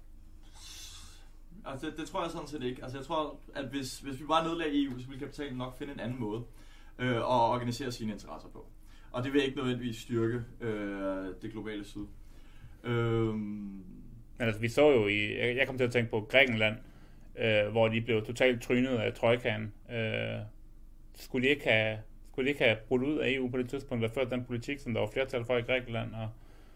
Speaker 3: Altså, det, det tror jeg sådan set ikke. Altså, jeg tror, at hvis, hvis vi bare nedlagde E U, så ville kapitalen nok finde en anden måde øh, at organisere sine interesser på. Og det vil ikke nødvendigvis styrke øh, det globale syd. Øh,
Speaker 2: Men altså, vi så jo i... Jeg, jeg kom til at tænke på Grækenland, øh, hvor de blev totalt trynet af trojkaen. Øh, skulle de ikke have... Skulle de ikke have brudt ud af E U på det tidspunkt, der førte den politik, som der var flertal for i Grækenland? Og...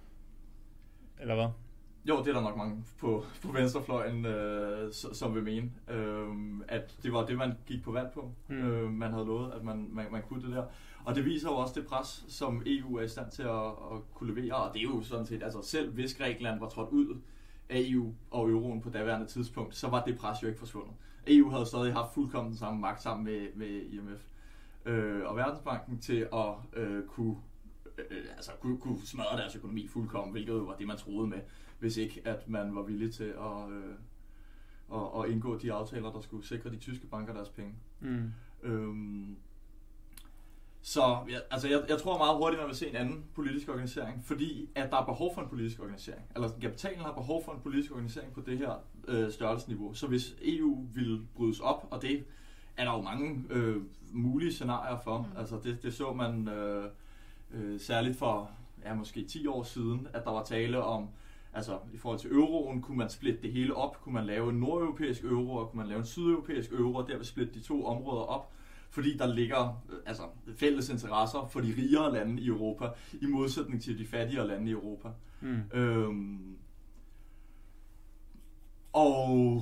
Speaker 2: Eller hvad?
Speaker 3: Jo, det er der nok mange på, på venstrefløjen, øh, som vil mene, øh, at det var det, man gik på valg på. Mm. Øh, man havde lovet, at man, man, man kunne det der. Og det viser jo også det pres, som E U er i stand til at, at kunne levere. Og det er jo sådan set, altså selv hvis Grækenland var trådt ud af E U og euroen på daværende tidspunkt, så var det pres jo ikke forsvundet. E U havde stadig haft fuldkommen den samme magt sammen med, med I M F øh, og Verdensbanken til at øh, kunne, øh, altså, kunne, kunne smadre deres økonomi fuldkommen, hvilket jo var det, man troede med, hvis ikke at man var villig til at, øh, at, at indgå de aftaler, der skulle sikre de tyske banker deres penge. Mm. Øhm, så ja, altså jeg, jeg tror meget hurtigt, man vil se en anden politisk organisering, fordi at der er behov for en politisk organisering. Eller kapitalen har behov for en politisk organisering på det her øh, størrelsesniveau. Så hvis E U ville brydes op, og det er der jo mange øh, mulige scenarier for. Mm. Altså det, det så man øh, øh, særligt for ja, måske ti år siden, at der var tale om, altså i forhold til euroen, kunne man splitte det hele op, kunne man lave en nordeuropæisk euro, og kunne man lave en sydeuropæisk euro, og derved splitte de to områder op, fordi der ligger øh, altså, fælles interesser for de rigere lande i Europa, i modsætning til de fattigere lande i Europa. Mm. Øhm, og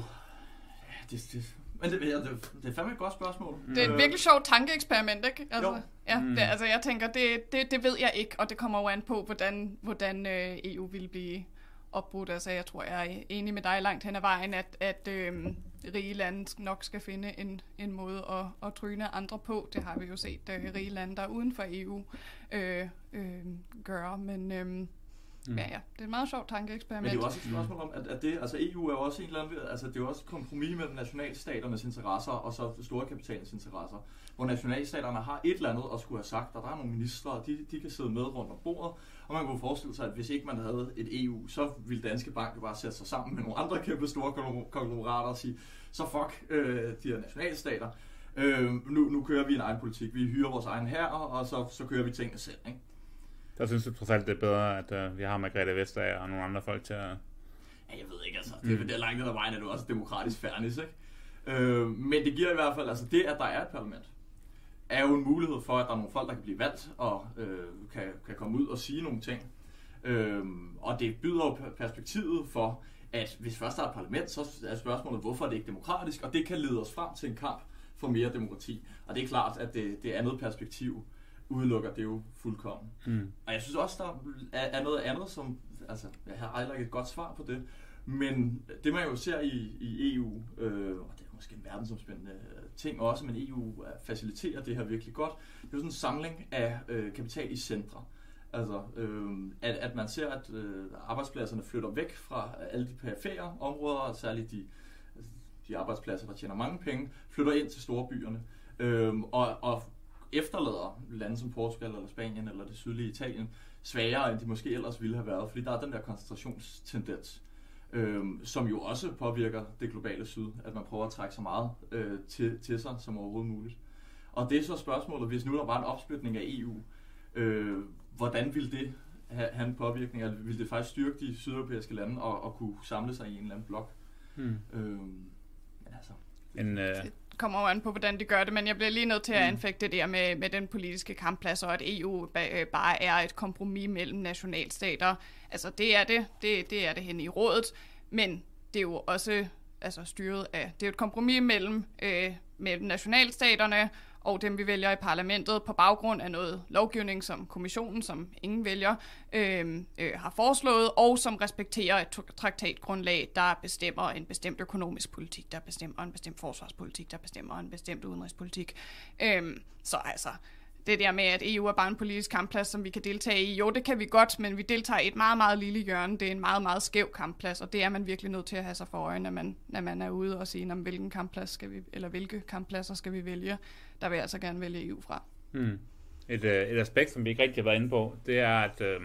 Speaker 3: ja, det, det Men det, det, det er fandme et godt spørgsmål.
Speaker 4: Det er et virkelig sjovt tankeeksperiment, ikke? Altså, ja, det, altså jeg tænker, det, det, det ved jeg ikke, og det kommer jo an på, hvordan, hvordan øh, E U vil blive opbrudt. Altså jeg tror, jeg er enig med dig langt hen ad vejen, at, at øh, rige lande nok skal finde en, en måde at, at tryne andre på. Det har vi jo set øh, rige lande, der er uden for E U, øh, øh, gøre, men... Øh, Mm. Ja, ja. Det er et meget sjovt tankeeksperiment.
Speaker 3: Men det er jo også et spørgsmål om, at, at det, altså E U er jo også en eller anden, altså det er jo også et kompromis mellem nationalstaternes interesser og så storkapitalens interesser, hvor nationalstaterne har et eller andet at skulle have sagt, og der er nogle ministre, og de, de kan sidde med rundt om bordet, og man kunne forestille sig, at hvis ikke man havde et E U, så ville Danske Bank jo bare sætte sig sammen med nogle andre kæmpe store konglomerater og sige, så fuck øh, de her nationalstater, øh, nu, nu kører vi en egen politik, vi hyrer vores egen hær, og så, så kører vi tingene selv, ikke?
Speaker 2: Der synes jeg trods alt, det er bedre, at uh, vi har Margrethe Vestager og nogle andre folk til at...
Speaker 3: Ja, jeg ved ikke, altså. Det, mm. det er langt ned ad vejen, at du også demokratisk fairness, ikke? Øh, men det giver i hvert fald, altså det, at der er et parlament, er jo en mulighed for, at der er nogle folk, der kan blive valgt og øh, kan, kan komme ud og sige nogle ting. Øh, og det byder jo perspektivet for, at hvis først der er et parlament, så er spørgsmålet, hvorfor er det ikke demokratisk? Og det kan lede os frem til en kamp for mere demokrati. Og det er klart, at det, det andet perspektiv udelukker det jo fuldkommen. Mm. Og jeg synes også, der er, er noget andet, som, altså, jeg har aldrig et godt svar på det, men det man jo ser i, i E U, øh, og det er måske en verdensomspændende ting også, men E U faciliterer det her virkelig godt, det er jo sådan en samling af øh, kapital i centre. Altså, øh, at, at man ser, at øh, arbejdspladserne flytter væk fra alle de perifære områder, og særligt de, de arbejdspladser, der tjener mange penge, flytter ind til storbyerne. Øh, og, og efterlader lande som Portugal eller Spanien eller det sydlige Italien svagere, end de måske ellers ville have været, fordi der er den der koncentrationstendens, øhm, som jo også påvirker det globale syd, at man prøver at trække så meget øh, til, til sig som overhovedet muligt. Og det er så spørgsmålet, hvis nu der var en opsplitning af E U, øh, hvordan ville det have, have en påvirkning, eller ville det faktisk styrke de sydeuropæiske lande og, og kunne samle sig i en eller anden blok? Hmm. Øhm, altså.
Speaker 2: En, øh
Speaker 4: kommer jo an på, hvordan de gør det, men jeg bliver lige nødt til at anfægte det der med, med den politiske kampplads, og at E U ba- bare er et kompromis mellem nationalstater. Altså, det er det. Det, det er det hen i rådet, men det er jo også altså, styret af... Det er jo et kompromis mellem, øh, mellem nationalstaterne, og dem vi vælger i parlamentet på baggrund af noget lovgivning, som kommissionen, som ingen vælger, øh, øh, har foreslået, og som respekterer et traktatgrundlag, der bestemmer en bestemt økonomisk politik, der bestemmer en bestemt forsvarspolitik, der bestemmer en bestemt udenrigspolitik. Øh, så altså... Det der med, at E U er bare en politisk kampplads, som vi kan deltage i. Jo, det kan vi godt, men vi deltager i et meget, meget lille hjørne. Det er en meget, meget skæv kampplads, og det er man virkelig nødt til at have sig for øje, når man, når man er ude og sige, hvilken kampplads skal vi, eller hvilke kamppladser skal vi vælge. Der vil jeg altså gerne vælge E U fra.
Speaker 2: Hmm. Et, et aspekt, som vi ikke rigtig har været inde på, det er, at øh,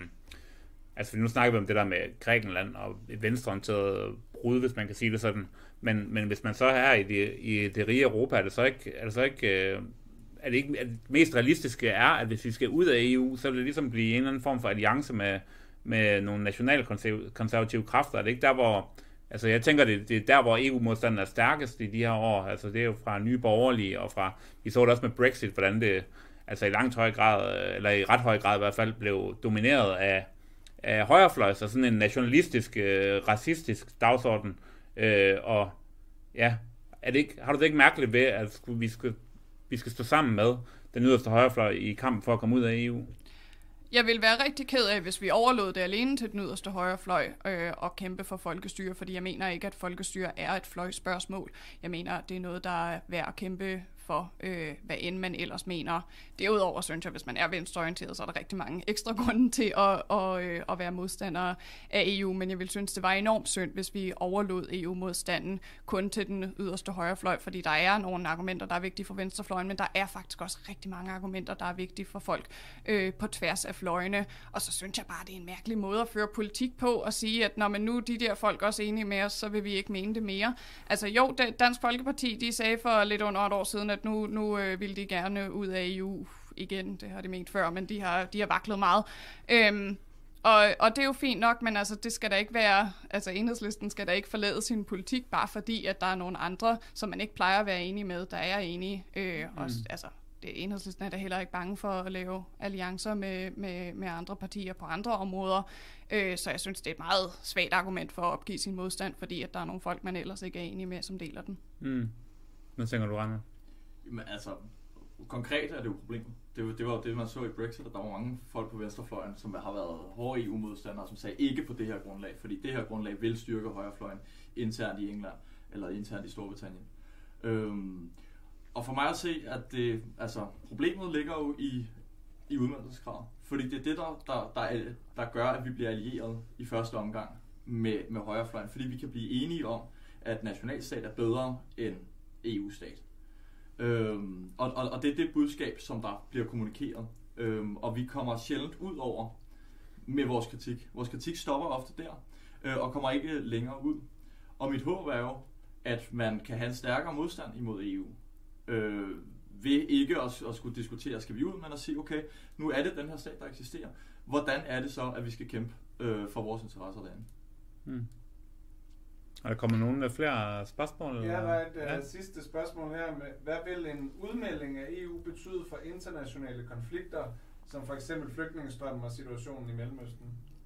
Speaker 2: altså nu snakker vi om det der med Grækenland og et venstreorienteret brud, hvis man kan sige det sådan. Men, men hvis man så er her i det, i det rige Europa, er det så ikke... Er det så ikke øh, Er det ikke, at det mest realistiske er, at hvis vi skal ud af E U, så vil det ligesom blive en eller anden form for alliance med, med nogle nationalkonservative kræfter. Er det ikke der, hvor... Altså jeg tænker, det, det er der, hvor E U-modstanden er stærkest i de her år. Altså det er jo fra Nye Borgerlige og fra... Vi så det også med Brexit, hvordan det altså i langt høj grad, eller i ret høj grad i hvert fald, blev domineret af, af højrefløj, så sådan en nationalistisk, øh, racistisk dagsorden. Øh, og ja, er det ikke, har du det ikke mærkeligt ved, at vi skal... vi skal stå sammen med den yderste højrefløj i kampen for at komme ud af E U?
Speaker 4: Jeg vil være rigtig ked af, hvis vi overlod det alene til den yderste højrefløj øh, og kæmpe for folkestyre, fordi jeg mener ikke, at folkestyre er et fløjspørgsmål. Jeg mener, at det er noget, der er værd at kæmpe for, øh, hvad end man ellers mener. Derudover synes jeg, hvis man er venstreorienteret, så er der rigtig mange ekstra grunde til at, at, øh, at være modstandere af E U, men jeg vil synes, det var enormt synd, hvis vi overlod E U-modstanden kun til den yderste højrefløj, fordi der er nogle argumenter, der er vigtige for venstrefløjen, men der er faktisk også rigtig mange argumenter, der er vigtige for folk øh, på tværs af fløjene, og så synes jeg bare, det er en mærkelig måde at føre politik på, og sige, at når man nu de der folk også er enige med os, så vil vi ikke mene det mere. Altså jo, Dansk Folkeparti, de sagde for lidt under et år siden, at nu, nu øh, ville de gerne ud af E U igen, det har de ment før, men de har, de har vaklet meget. Øhm, og, og det er jo fint nok, men altså, det skal da ikke være, altså Enhedslisten skal da ikke forlade sin politik, bare fordi, at der er nogle andre, som man ikke plejer at være enige med, der er enige. Øh, mm. også, altså, det, Enhedslisten er da heller ikke bange for at lave alliancer med, med, med andre partier på andre områder, øh, så jeg synes, det er et meget svagt argument for at opgive sin modstand, fordi at der er nogle folk, man ellers ikke er enige med, som deler den.
Speaker 2: Mm. Hvad tænker du, Rane?
Speaker 3: Men altså, konkret er det jo problemet. Det var, det var jo det, man så i Brexit, at der var mange folk på venstrefløjen, som har været hårde E U-modstandere, som sagde ikke på det her grundlag, fordi det her grundlag vil styrke højrefløjen internt i England, eller internt i Storbritannien. Øhm, og for mig at se, at det, altså, problemet ligger jo i, i udmeldelseskravet, fordi det er det, der, der, der, er, der gør, at vi bliver allieret i første omgang med, med højrefløjen, fordi vi kan blive enige om, at nationalstat er bedre end E U-stat. Øhm, og, og, og det er det budskab, som der bliver kommunikeret. Øhm, og vi kommer sjældent ud over med vores kritik. Vores kritik stopper ofte der, øh, og kommer ikke længere ud. Og mit håb er jo, at man kan have en stærkere modstand imod E U. Øh, ved ikke at, at skulle diskutere, skal vi ud, men at sige, okay, nu er det den her stat, der eksisterer. Hvordan er det så, at vi skal kæmpe øh, for vores interesser derinde?
Speaker 2: Hmm. Er der kommet nogle flere spørgsmål?
Speaker 5: Ja, der er et ja. uh, sidste spørgsmål her. Med, hvad vil en udmelding af E U betyde for internationale konflikter, som for eksempel flygtningestrømmen og situationen i Mellemøsten?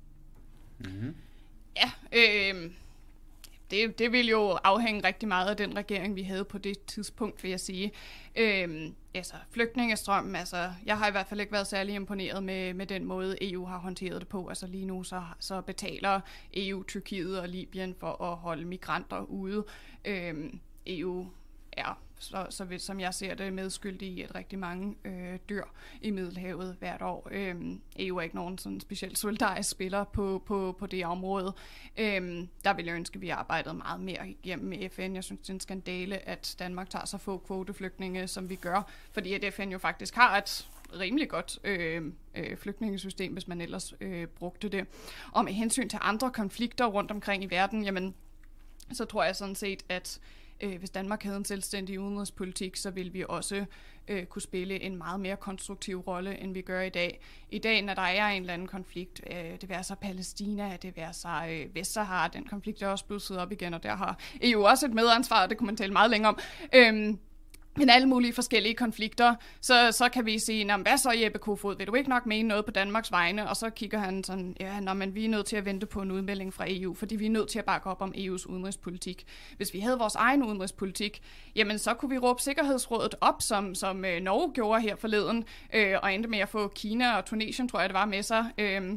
Speaker 2: Mm-hmm.
Speaker 4: Ja, øh, det, det vil jo afhænge rigtig meget af den regering, vi havde på det tidspunkt, vil jeg sige. Øh, altså, flygtningestrømmen, altså, jeg har i hvert fald ikke været særlig imponeret med, med den måde, E U har håndteret det på. Altså lige nu, så, så betaler E U, Tyrkiet og Libyen for at holde migranter ude. Øh, E U er, så, så vidt som jeg ser det, medskyldig i, at rigtig mange øh, dør i Middelhavet hvert år. Øh, E U er ikke nogen sådan specielt solidarisk spiller på, på, på det område. Øh, der vil jeg ønske, at vi arbejdede meget mere igennem med F N. Jeg synes, det er en skandale, at Danmark tager så få kvoteflygtninge, som vi gør, fordi at F N jo faktisk har et rimelig godt øh, øh, flygtningesystem, hvis man ellers øh, brugte det. Og med hensyn til andre konflikter rundt omkring i verden, jamen, så tror jeg sådan set, at Øh, hvis Danmark havde en selvstændig udenrigspolitik, så ville vi også øh, kunne spille en meget mere konstruktiv rolle, end vi gør i dag. I dag, når der er en eller anden konflikt, øh, det vil så Palæstina, det vil så øh, Vestsahara, den konflikt er også blusset op igen, og der har E U også et medansvar, og det kunne man tale meget længere om. Øhm, men alle mulige forskellige konflikter, så, så kan vi sige, nå, hvad så Jeppe Kofod, vil du ikke nok mene noget på Danmarks vegne? Og så kigger han sådan, ja, nå, men vi er nødt til at vente på en udmelding fra E U, fordi vi er nødt til at bakke op om E U's udenrigspolitik. Hvis vi havde vores egen udenrigspolitik, jamen så kunne vi råbe Sikkerhedsrådet op, som, som øh, Norge gjorde her forleden, øh, og endte med at få Kina og Tunesien, tror jeg det var, med sig, øh,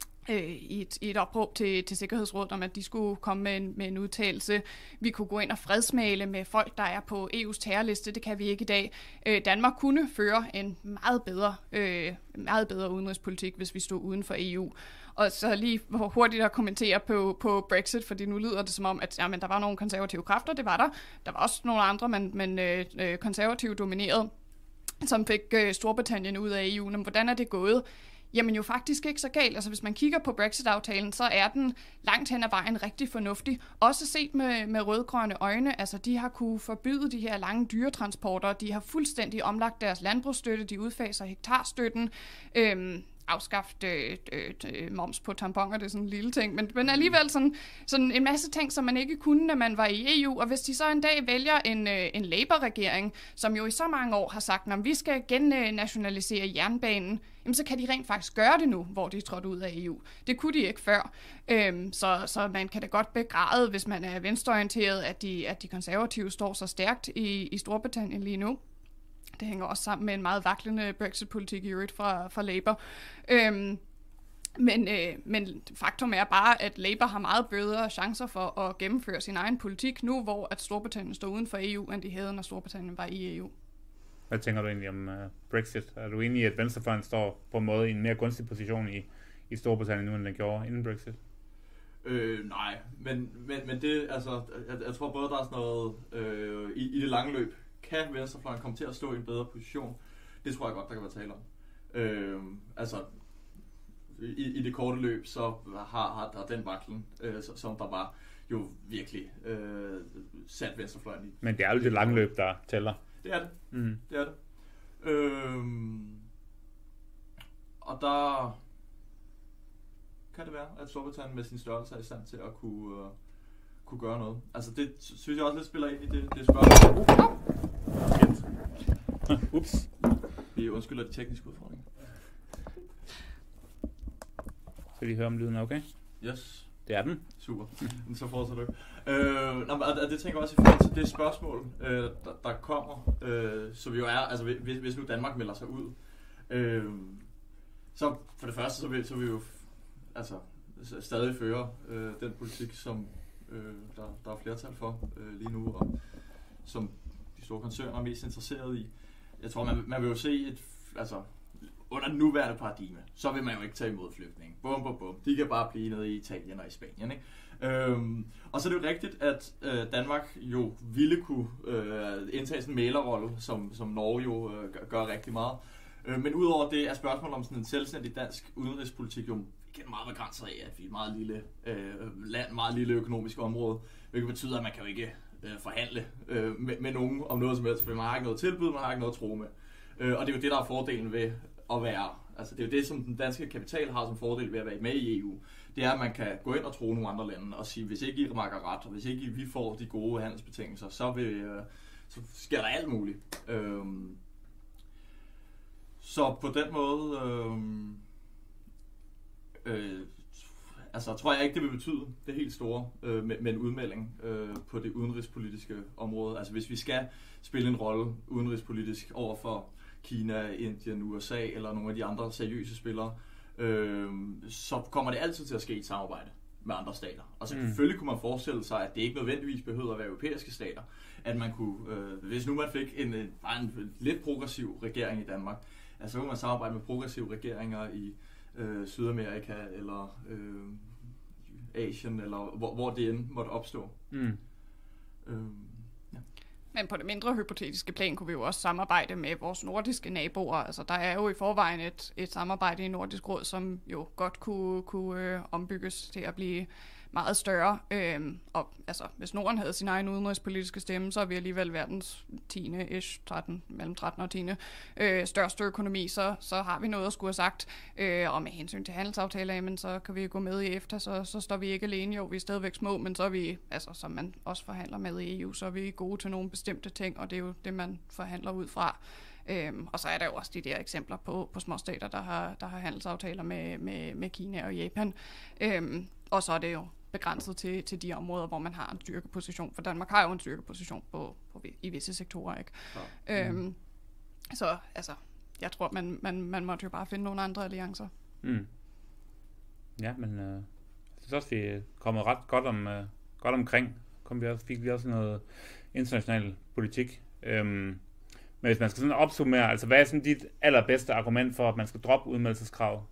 Speaker 4: I et, i et opråb til, til Sikkerhedsrådet om, at de skulle komme med en, med en udtalelse. Vi kunne gå ind og fredsmægle med folk, der er på E U's terrorliste. Det kan vi ikke i dag. Øh, Danmark kunne føre en meget bedre, øh, meget bedre udenrigspolitik, hvis vi stod uden for E U. Og så lige hurtigt at kommentere på, på Brexit, fordi nu lyder det som om, at jamen, der var nogle konservative kræfter. Det var der. Der var også nogle andre, men, men øh, konservative domineret, som fik øh, Storbritannien ud af E U. Men hvordan er det gået? Jamen jo faktisk ikke så galt. Altså hvis man kigger på Brexit-aftalen, så er den langt hen ad vejen rigtig fornuftig. Også set med, med rødgrønne øjne. Altså de har kunne forbyde de her lange dyretransporter. De har fuldstændig omlagt deres landbrugsstøtte. De udfaser hektarstøtten. Øhm, afskaft øh, øh, moms på tamponer, det er sådan en lille ting, men, men alligevel sådan, sådan en masse ting, som man ikke kunne, når man var i E U, og hvis de så en dag vælger en, øh, en Labour-regering, som jo i så mange år har sagt, at vi skal gennationalisere jernbanen, jamen så kan de rent faktisk gøre det nu, hvor de er trådt ud af E U. Det kunne de ikke før, øhm, så, så man kan da godt begræde, hvis man er venstreorienteret, at de, at de konservative står så stærkt i, i Storbritannien lige nu. Det hænger også sammen med en meget vaklende Brexit-politik i øvrigt fra, fra Labour. Øhm, men, øh, men faktum er bare, at Labour har meget bedre chancer for at gennemføre sin egen politik nu, hvor at Storbritannien står uden for E U, end de havde, når Storbritannien var i E U.
Speaker 2: Hvad tænker du egentlig om uh, Brexit? Er du enig i, at venstrefløjen står på en måde i en mere gunstig position i, i Storbritannien nu, end den gjorde inden Brexit?
Speaker 3: Øh, nej, men, men, men det, altså, jeg, jeg tror både, der er sådan noget øh, i, i det lange løb, kan venstrefløjen komme til at stå i en bedre position? Det tror jeg godt, der kan være tale om. Øh, altså, i, i det korte løb, så har, har der den vaklen, øh, som der var, jo virkelig øh, sat venstrefløjen i.
Speaker 2: Men det er jo det lange løb, der tæller.
Speaker 3: Det er det.
Speaker 2: Mm.
Speaker 3: Det er det. Øhm, og der kan det være, at Storbritannien med sin størrelse er i stand til at kunne, uh, kunne gøre noget. Altså det synes jeg også lidt spiller ind i det, det spørgsmål.
Speaker 2: Uh, Ups.
Speaker 3: Vi undskylder de tekniske udfordringer.
Speaker 2: Så vi hører om lyden er okay?
Speaker 3: Yes.
Speaker 2: Det er den.
Speaker 3: Super. Så fortsætter du. Øh, og det tænker jeg også i forhold til det spørgsmål, øh, der, der kommer, øh, så vi jo er, altså hvis, hvis nu Danmark melder sig ud, øh, så for det første, så vil, så vil vi jo altså, stadig føre øh, den politik, som øh, der, der er flertal for øh, lige nu, og som de store koncerner er mest interesseret i. Jeg tror, man, man vil jo se et, altså under den nuværende paradigme, så vil man jo ikke tage imod flygtninge. Bum, bum, bum. De kan bare blive nede i Italien og i Spanien, ikke? Øhm, og så er det jo rigtigt, at øh, Danmark jo ville kunne øh, indtage sådan en mælerrolle, som, som Norge jo øh, gør, gør rigtig meget. Øh, men udover det er spørgsmålet om sådan en selvstændig dansk udenrigspolitik jo igen meget begrænset af, at vi er et meget lille øh, land, meget lille økonomisk område, hvilket betyder, at man kan jo ikke øh, forhandle øh, med, med nogen om noget som helst, for man har ikke noget tilbud, man har ikke noget at tro med. Øh, og det er jo det, der er fordelen ved at være, altså det er jo det, som den danske kapital har som fordel ved at være med i E U. Det er, at man kan gå ind og tro nogle andre lande og sige, hvis ikke I makker ret, og hvis ikke vi får de gode handelsbetingelser, så, vil, øh, så sker der alt muligt. Øh, så på den måde, øh, øh, altså tror jeg ikke, det vil betyde det helt store øh, med, med en udmelding øh, på det udenrigspolitiske område. Altså hvis vi skal spille en rolle udenrigspolitisk over for Kina, Indien, U S A eller nogle af de andre seriøse spillere, øh, så kommer det altid til at ske i et samarbejde med andre stater. Og så mm. selvfølgelig kunne man forestille sig, at det ikke nødvendigvis behøver at være europæiske stater, at man kunne, øh, hvis nu man fik en, en, bare en lidt progressiv regering i Danmark, altså så kunne man samarbejde med progressive regeringer i øh, Sydamerika eller øh, Asien, eller hvor, hvor det end måtte opstå. Mm. Øh,
Speaker 4: Men på det mindre hypotetiske plan kunne vi jo også samarbejde med vores nordiske naboer. Altså der er jo i forvejen et, et samarbejde i Nordisk Råd, som jo godt kunne, kunne øh, ombygges til at blive meget større. Øhm, og altså, hvis Norden havde sin egen udenrigspolitiske stemme, så er vi alligevel verdens tiende ish, tretten, mellem tretten og tiende øh, største økonomi, så, så har vi noget at skulle have sagt. Øh, og med hensyn til handelsaftaler, jamen, så kan vi gå med i EFTA, så, så står vi ikke alene. Jo, vi er stadigvæk små, men så er vi, altså som man også forhandler med i E U, så er vi gode til nogle bestemte ting, og det er jo det, man forhandler ud fra. Øhm, og så er der jo også de der eksempler på, på små stater, der har, der har handelsaftaler med, med, med Kina og Japan. Øhm, og så er det jo begrænset til, til de områder, hvor man har en styrkeposition. For Danmark har jo en styrkeposition på, på, i visse sektorer, ikke? Ja. Øhm, mm. Så altså, jeg tror, man, man, man måtte jo bare finde nogle andre alliancer.
Speaker 2: Mm. Ja, men øh, jeg synes også, vi er kommet ret godt, om, øh, godt omkring. Kom vi også, fik vi også noget international politik. Øhm, Men hvis man skal sådan opsummere, altså hvad er sådan dit allerbedste argument for, at man skal droppe udmeldelseskrav?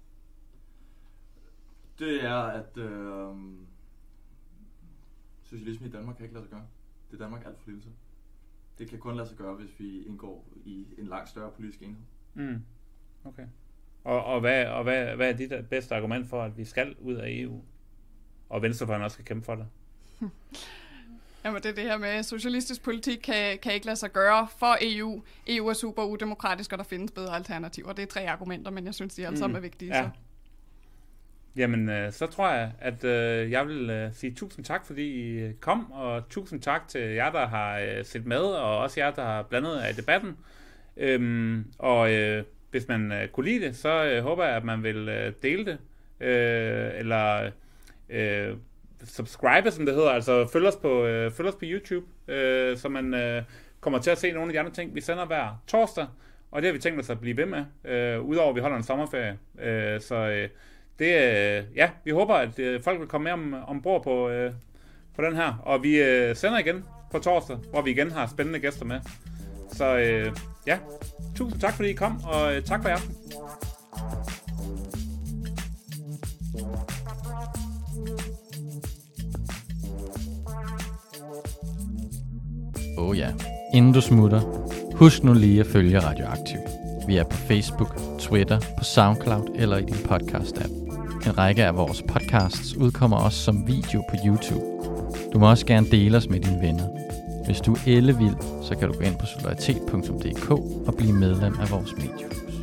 Speaker 3: Det er, at øh, socialisme i Danmark kan ikke lade sig gøre. Det er Danmark alt for lille til. Det kan kun lade sig gøre, hvis vi indgår i en langt større politisk enhed.
Speaker 2: Mm. Okay. Og, og, hvad, og hvad, hvad er dit bedste argument for, at vi skal ud af E U? Og venstrefløjen også skal kæmpe for det?
Speaker 4: Jamen det er det her med, socialistisk politik kan, kan ikke lade sig gøre for E U. E U er super udemokratisk, og der findes bedre alternativer. Det er tre argumenter, men jeg synes, de alle sammen er vigtige.
Speaker 2: Ja.
Speaker 4: Så.
Speaker 2: Jamen, øh, så tror jeg, at øh, jeg vil øh, sige tusind tak, fordi I kom, og tusind tak til jer, der har øh, set med, og også jer, der har blandet af debatten. Øhm, og øh, hvis man øh, kunne lide det, så øh, håber jeg, at man vil øh, dele det, øh, eller øh, subscribe, som det hedder, altså følg os på, øh, følg os på YouTube, øh, så man øh, kommer til at se nogle af de andre ting, vi sender hver torsdag, og det har vi tænkt os at blive ved med, øh, udover at vi holder en sommerferie. Øh, så øh, det, øh, ja, vi håber, at øh, folk vil komme med om, ombord på, øh, på den her, og vi øh, sender igen på torsdag, hvor vi igen har spændende gæster med. Så øh, ja, tusind tak fordi I kom, og øh, tak for i aften.
Speaker 1: Åh oh ja, inden du smutter, husk nu lige at følge Radioaktiv. Vi er på Facebook, Twitter, på SoundCloud eller i din podcast-app. En række af vores podcasts udkommer også som video på YouTube. Du må også gerne dele os med dine venner. Hvis du er ellevild, så kan du gå ind på solidaritet punktum d k og blive medlem af vores mediehus.